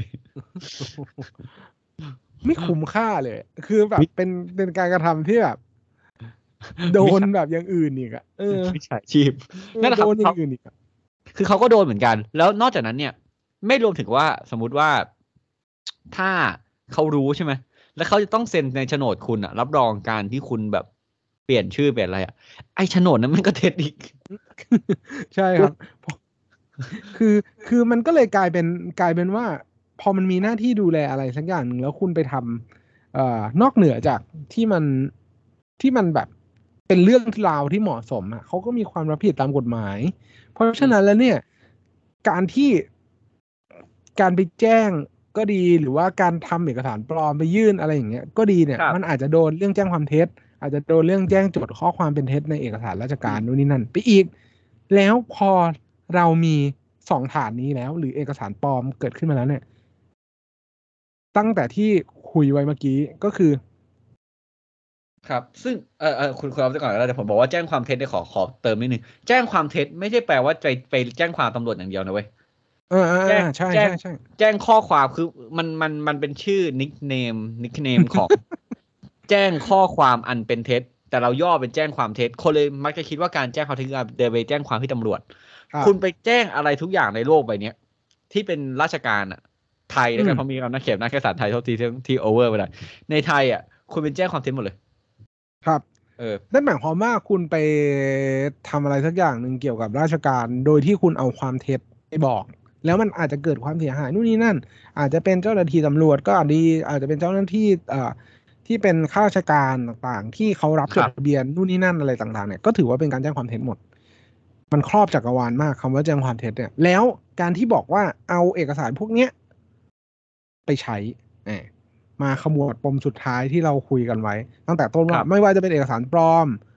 ไม่คุ้มค่าเลยคือแบบเป็นเป็นการกระทำที่แบบโดนแบบอย่างอื่นอีกอ่ะเออมิจฉาชีพนั่นแหละครับโดนอย่างอื่นอีกคือเขาก็โดนเหมือนกันแล้วนอกจากนั้นเนี่ยไม่รวมถึงว่าสมมุติว่าถ้าเขารู้ใช่ไหมแล้วเขาจะต้องเซ็นในโฉนดคุณอะรับรองการที่คุณแบบเปลี่ยนชื่อเปลี่ยนอะไรอะไอ้โฉนดนั้นมันก็เท็จอีกใช่ครับคือคือมันก็เลยกลายเป็นกลายเป็นว่าพอมันมีหน้าที่ดูแลอะไรสักอย่างหนึ่งแล้วคุณไปทำเอ่อนอกเหนือจากที่มันที่มันแบบเป็นเรื่องราวที่เหมาะสมอ่ะเขาก็มีความรับผิดตามกฎหมายเพราะฉะนั้นแล้วเนี่ยการที่การไปแจ้งก็ดีหรือว่าการทำเอกสารปลอมไปยื่นอะไรอย่างเงี้ยก็ดีเนี่ยมันอาจจะโดนเรื่องแจ้งความเท็จอาจจะโดนเรื่องแจ้งจดข้อความเป็นเท็จในเอกสารราชการนู่นนี่นั่นไปอีกแล้วพอเรามีสองฐานนี้แล้วหรือเอกสารปลอมเกิดขึ้นมาแล้วเนี่ยตั้งแต่ที่คุยไว้เมื่อกี้ก็คือครับซึ่งเออเออคุณคุณรับไปก่อนก็ได้แต่ผมบอกว่าแจ้งความเท็จได้ขอขอเติมนิดนึงแจ้งความเท็จไม่ใช่แปลว่าไปไปแจ้งความตำรวจอย่างเดียวนะเว้ยเออใช่ใช่ใช่แจ้งข้อความคือมันมันมันเป็นชื่อนิคเนมนิคเนมของ แจ้งข้อความอันเป็นเท็จแต่เราย่อเป็นแจ้งความเท็จคนเลยมักจะคิดว่าการแจ้งความเท็จคือการเดินไปแจ้งความที่ตำรวจคุณไปแจ้งอะไรทุกอย่างในโลกใบนี้ที่เป็นราชการอ่ะไทยแล้วกันเพราะมีคำนักเขียนนักเขียนภาษาไทยเท่าที่ที่โอเวอร์ไปเลยในไทยอ่ะคุณเป็นแจ้งความเท็จหมดเลยครับเออนั่นหมายความว่าคุณไปทำอะไรสักอย่างหนึ่งเกี่ยวกับราชการโดยที่คุณเอาความเท็จไปบอกแล้วมันอาจจะเกิดความเสียหายนู่นนี่นั่นอาจจะเป็นเจ้าหน้าที่ตำรวจก็อาจจะอาจจะเป็นเจ้าหน้าที่เอ่อที่เป็นข้าราชการต่างๆที่เขารับจดทะเบียนนู่นนี่นั่นอะไรต่างๆเนี่ยก็ถือว่าเป็นการแจ้งความเท็จหมดมันครอบจักรวาลมากคำว่าแจ้งความเท็จเนี่ยแล้วการที่บอกว่าเอาเอกสารพวกเนี้ยไปใช้มาขมวดปมสุดท้ายที่เราคุยกันไว้ตั้งแต่ต้นว่าไม่ว่าจะเป็นเอกสารปลอม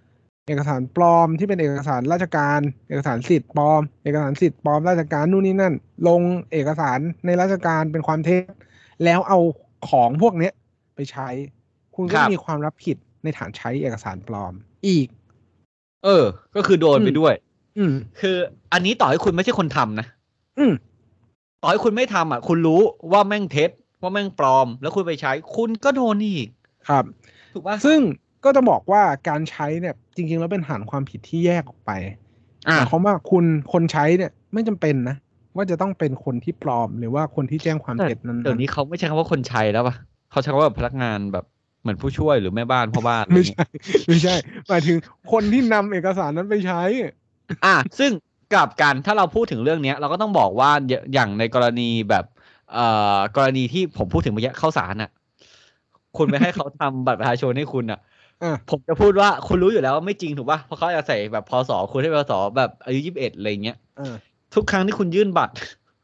เอกสารปลอมที่เป็นเอกสารราชการเอกสารสิทธิ์ปลอมเอกสารสิทธิ์ปลอมราชการนู่นนี่นั่นลงเอกสารในราชการเป็นความเท็จแล้วเอาของพวกเนี้ยไปใช้คุณก็มีความรับผิดในฐานใช้เอกสารปลอมอีกเออก็คือโดนไปด้วยอืมคืออันนี้ต่อให้คุณไม่ใช่คนทำนะอืมต่อให้คุณไม่ทำอ่ะคุณรู้ว่าแม่งเท็จว่าแม่งปลอมแล้วคุณไปใช้คุณก็โดนอีกครับถูกป่ะซึ่งก็จะบอกว่าการใช้เนี่ยจริงๆแล้วเป็นฐานความผิดที่แยกออกไปหมายความว่าคุณคนใช้เนี่ยไม่จำเป็นนะว่าจะต้องเป็นคนที่ปลอมหรือว่าคนที่แจ้งความเท็จนั้นเดี๋ยวนี้เขาไม่ใช่คำว่าคนใช้แล้วป่ะเขาใช้คำว่าพนักงานแบบเหมือนผู้ช่วยหรือแม่บ้านพ่อบ้านไม่ใช่ไม่ใช่หมายถึงคนที่นำเอกสารนั้นไปใช้อ่ะซึ่งกลับกันถ้าเราพูดถึงเรื่องนี้เราก็ต้องบอกว่าอย่างในกรณีแบบเอ่อกรณีที่ผมพูดถึงเมื่อกี้ข้าวสารอ่ะคุณไปให้เขาทำบัตรประชาชนให้คุณอ่ะผมจะพูดว่าคุณรู้อยู่แล้วว่าไม่จริงถูกป่ะเพราะเขาจะใส่แบบพศคุณให้พศแบบอายุยี่สิบเอ็ดอะไรเงี้ยทุกครั้งที่คุณยื่นบัตร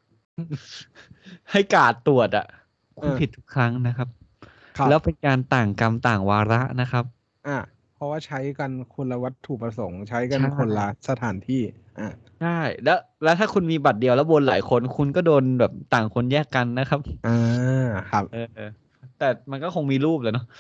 ให้การตรวจอ่ะคุณผิดทุกครั้งนะครับแล้วเป็นการต่างกรรมต่างวาระนะครับอ่าเพราะว่าใช้กันคนละวัตถุประสงค์ใช้กันคนละสถานที่อ่าใช่แล้วแล้วถ้าคุณมีบัตรเดียวแล้ววนหลายคนคุณก็โดนแบบต่างคนแยกกันนะครับอ่าครับเออแต่มันก็คงมีรูปเลยเนาะ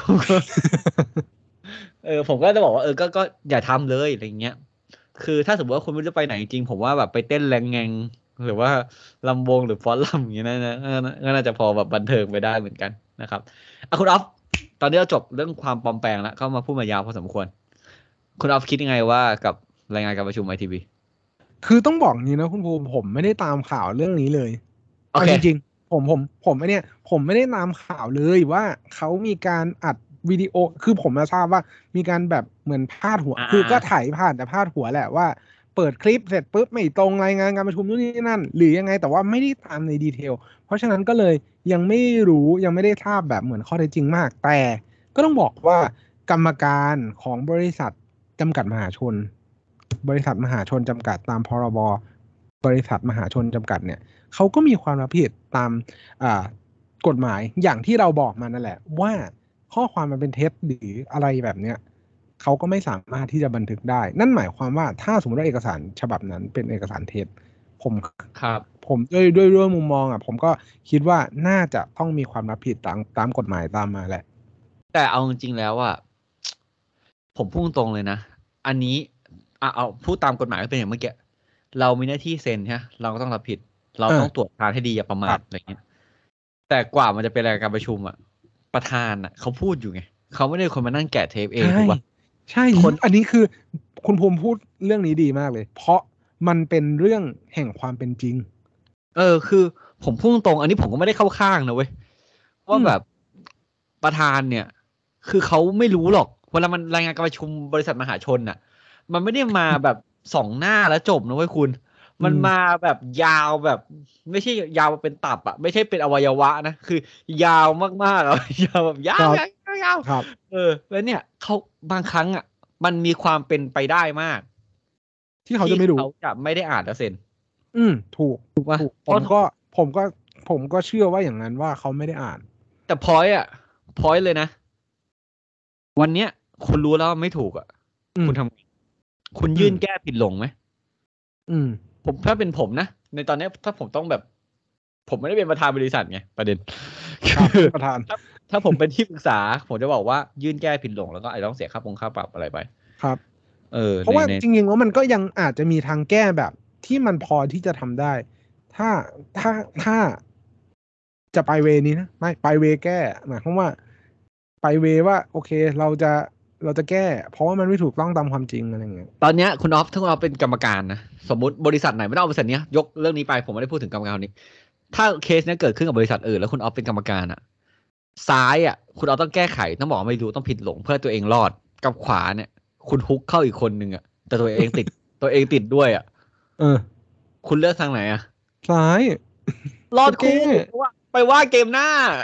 เออผมก็จะบอกว่าเออก็ก็อย่าทำเลยอะไรเงี้ยคือถ้าสมมติว่าคุณไม่รู้จะไปไหนจริงผมว่าแบบไปเต้นแรงแงงหรือว่าลำวงหรือฟ้อนลำอย่างเงี้ยนะก็น่าจะพอแบบบันเทิงไปได้เหมือนกันนะครับอ่ะคุณออฟตอนนี้เราจบเรื่องความปลอมแปลงแล้วเข้ามาพูดมายาวพอสมควรคุณออฟคิดยังไงว่ากับรายงานการประชุม ไอ ที บีคือต้องบอกงี้นะคุณภูมิผมไม่ได้ตามข่าวเรื่องนี้เลยเอาจริงๆผมผมผมไอเนี่ยผมไม่ได้ตามข่าวเลยว่าเขามีการอัดวิดีโอคือผมมาทราบว่ามีการแบบเหมือนพาดหัวคือก็ถ่ายผ่านแต่พาดหัวแหละว่าเปิดคลิปเสร็จปุ๊บไม่ตรงรายงานการประชุมนู่นนี่นั่นหรือยังไงแต่ว่าไม่ได้ตามในดีเทลเพราะฉะนั้นก็เลยยังไม่รู้ยังไม่ได้ทราบแบบเหมือนข้อเท็จจริงมากแต่ก็ต้องบอกว่ากรรมการของบริษัทจำกัดมหาชนบริษัทมหาชนจำกัดตามพรบบริษัทมหาชนจำกัดเนี่ยเขาก็มีความรับผิดตามกฎหมายอย่างที่เราบอกมานั่นแหละว่าข้อความมันเป็นเท็จหรืออะไรแบบเนี้ยเขาก็ไม่สามารถที่จะบันทึกได้นั่นหมายความว่าถ้าสมมติว่าเอกสารฉบับนั้นเป็นเอกสารเท็จผมครับผมด้วยด้วยด้วยมุมมองอ่ะผมก็คิดว่าน่าจะต้องมีความรับผิดตามตามกฎหมายตามมาแหละแต่เอาจริงๆแล้วอ่ะผมพูดตรงเลยนะอันนี้อ่ะเอาพูดตามกฎหมายก็เป็นอย่างเมื่อกี้เรามีหน้าที่เซ็นใช่เราก็ต้องรับผิดเราต้องตรวจทานให้ดีอย่าประมาทอะไรเงี้ยแต่กว่ามันจะเป็นรายการประชุมอ่ะประธานอ่ะเขาพูดอยู่ไงเขาไม่ได้คนมานั่งแกะเทปเองถูกป่ะใช่คนอันนี้คือคุณภูมิพูดเรื่องนี้ดีมากเลยเพราะมันเป็นเรื่องแห่งความเป็นจริงเออคือผมพูดตรงอันนี้ผมก็ไม่ได้เข้าข้างนะเว้ยว่าแบบประธานเนี่ยคือเขาไม่รู้หรอกเวลามันรายงานการประชุมบริษัทมหาชนน่ะมันไม่ได้มาแบบสองหน้าแล้วจบนะเว้ยคุณมันมาแบบยาวแบบไม่ใช่ยาวเป็นตับอ่ะไม่ใช่เป็นอวัยวะนะคือยาวมากๆอ่ะยาวแบบยาวยาวยาวเออแล้วเนี่ยเขาบางครั้งอ่ะมันมีความเป็นไปได้มากที่เขาจะไม่รู้เขาจะไม่ได้อ่านแล้วเซ็นอืมถูกถูกป่ะผมก็ผมก็ผมก็เชื่อว่าอย่างนั้นว่าเขาไม่ได้อ่านแต่พอยต์อ่ะพอยต์เลยนะวันเนี้ยคุณรู้แล้วไม่ถูกอ่ะคุณทำคุณยื่นแก้ผิดหลงไหมอืมผมถ้าเป็นผมนะในตอนนี้ถ้าผมต้องแบบผมไม่ได้เป็นประธานบริษัทไงประเด็นคือประธานถ้าผมเป็นที่ปรึกษาผมจะบอกว่ายื่นแก้ผิดหลงแล้วก็ไอ้ต้องเสียค่าปงค่าปรับอะไรไปครับเออเพราะว่าจริงๆแล้วมันก็ยังอาจจะมีทางแก้แบบที่มันพอที่จะทำได้ถ้าถ้าถ้าจะไปเวนี้นะไม่ไปเวแก้หมายความว่าไปเวว่าโอเคเราจะเราจะแก้เพราะว่ามันไม่ถูกต้องตามความจริงอะไรเงี้ยตอนนี้คุณออฟถ้าคุณออฟเป็นกรรมการนะสมมติบริษัทไหนไม่ต้องเอาบริษัทนี้ยกเรื่องนี้ไปผมไม่ได้พูดถึงกรรมการนี้ถ้าเคสนี้เกิดขึ้นกับบริษัทอื่นแล้วคุณออฟเป็นกรรมการอ่ะซ้ายอ่ะคุณออฟต้องแก้ไขต้องบอกไม่รู้ต้องผิดหลงเพื่อตัวเองรอดกับขวาเนี่ยคุณฮุกเข้าอีกคนนึงอ่ะแต่ตัวเองติดตัวเองติดด้วยอ่ะเออคุณเลือกทางไหนอ่ะซ้ายรอดคู่ว่าไปว่าเกมหน้า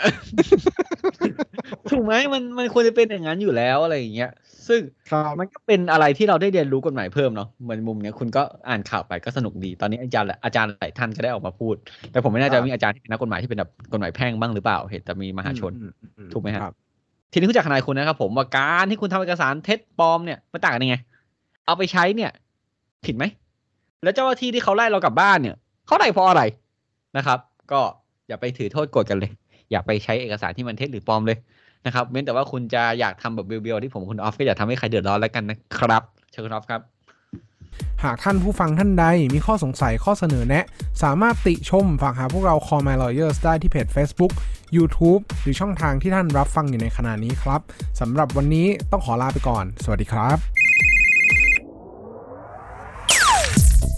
ถูกไหมมันมันควรจะเป็นอย่างนั้นอยู่แล้วอะไรอย่างเงี้ยซึ่งมันก็เป็นอะไรที่เราได้เรียนรู้กฎหมายเพิ่มเนาะเหมือนมุมเนี้ยคุณก็อ่านข่าวไปก็สนุกดีตอนนี้อาจารย์อาจารย์หลายท่านก็ได้ออกมาพูดแต่ผมไม่แน่ใจมีอาจารย์ที่เป็นนักกฎหมายที่เป็นแบบกฎหมายแพ่งบ้างหรือเปล่าเห็นแต่มีมหาชนถูกไหมครับทีนี้คุณจากทนายคุณนะครับผมว่าการที่คุณทำเอกสารเท็จปลอมเนี่ยมันต่างกันยังไงเอาไปใช้เนี่ยผิดไหมแล้วเจ้าหน้าที่ที่เขาไล่เรากลับบ้านเนี่ยเขาไล่เพราะอะไรนะครับก็อย่าไปถือโทษโกรธกันเลยอย่าไปใช้เอกสารที่มันเท็จหรือปลอมเลยนะครับเว้นแต่ว่าคุณจะอยากทำแบบเบียวๆที่ผมคุณออฟก็อย่าทำให้ใครเดือดร้อนแล้วกันนะครับเชิญคุณออฟครับหากท่านผู้ฟังท่านใดมีข้อสงสัยข้อเสนอแนะสามารถติชมฝากหาพวกเรา Call My Lawyers ได้ที่เพจ Facebook YouTube หรือช่องทางที่ท่านรับฟังอยู่ในขณะนี้ครับสำหรับวันนี้ต้องขอลาไปก่อนสวัสดีครับ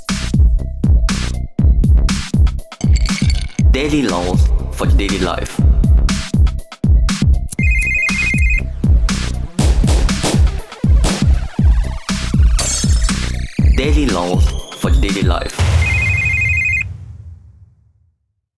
Daily Laws for Daily Life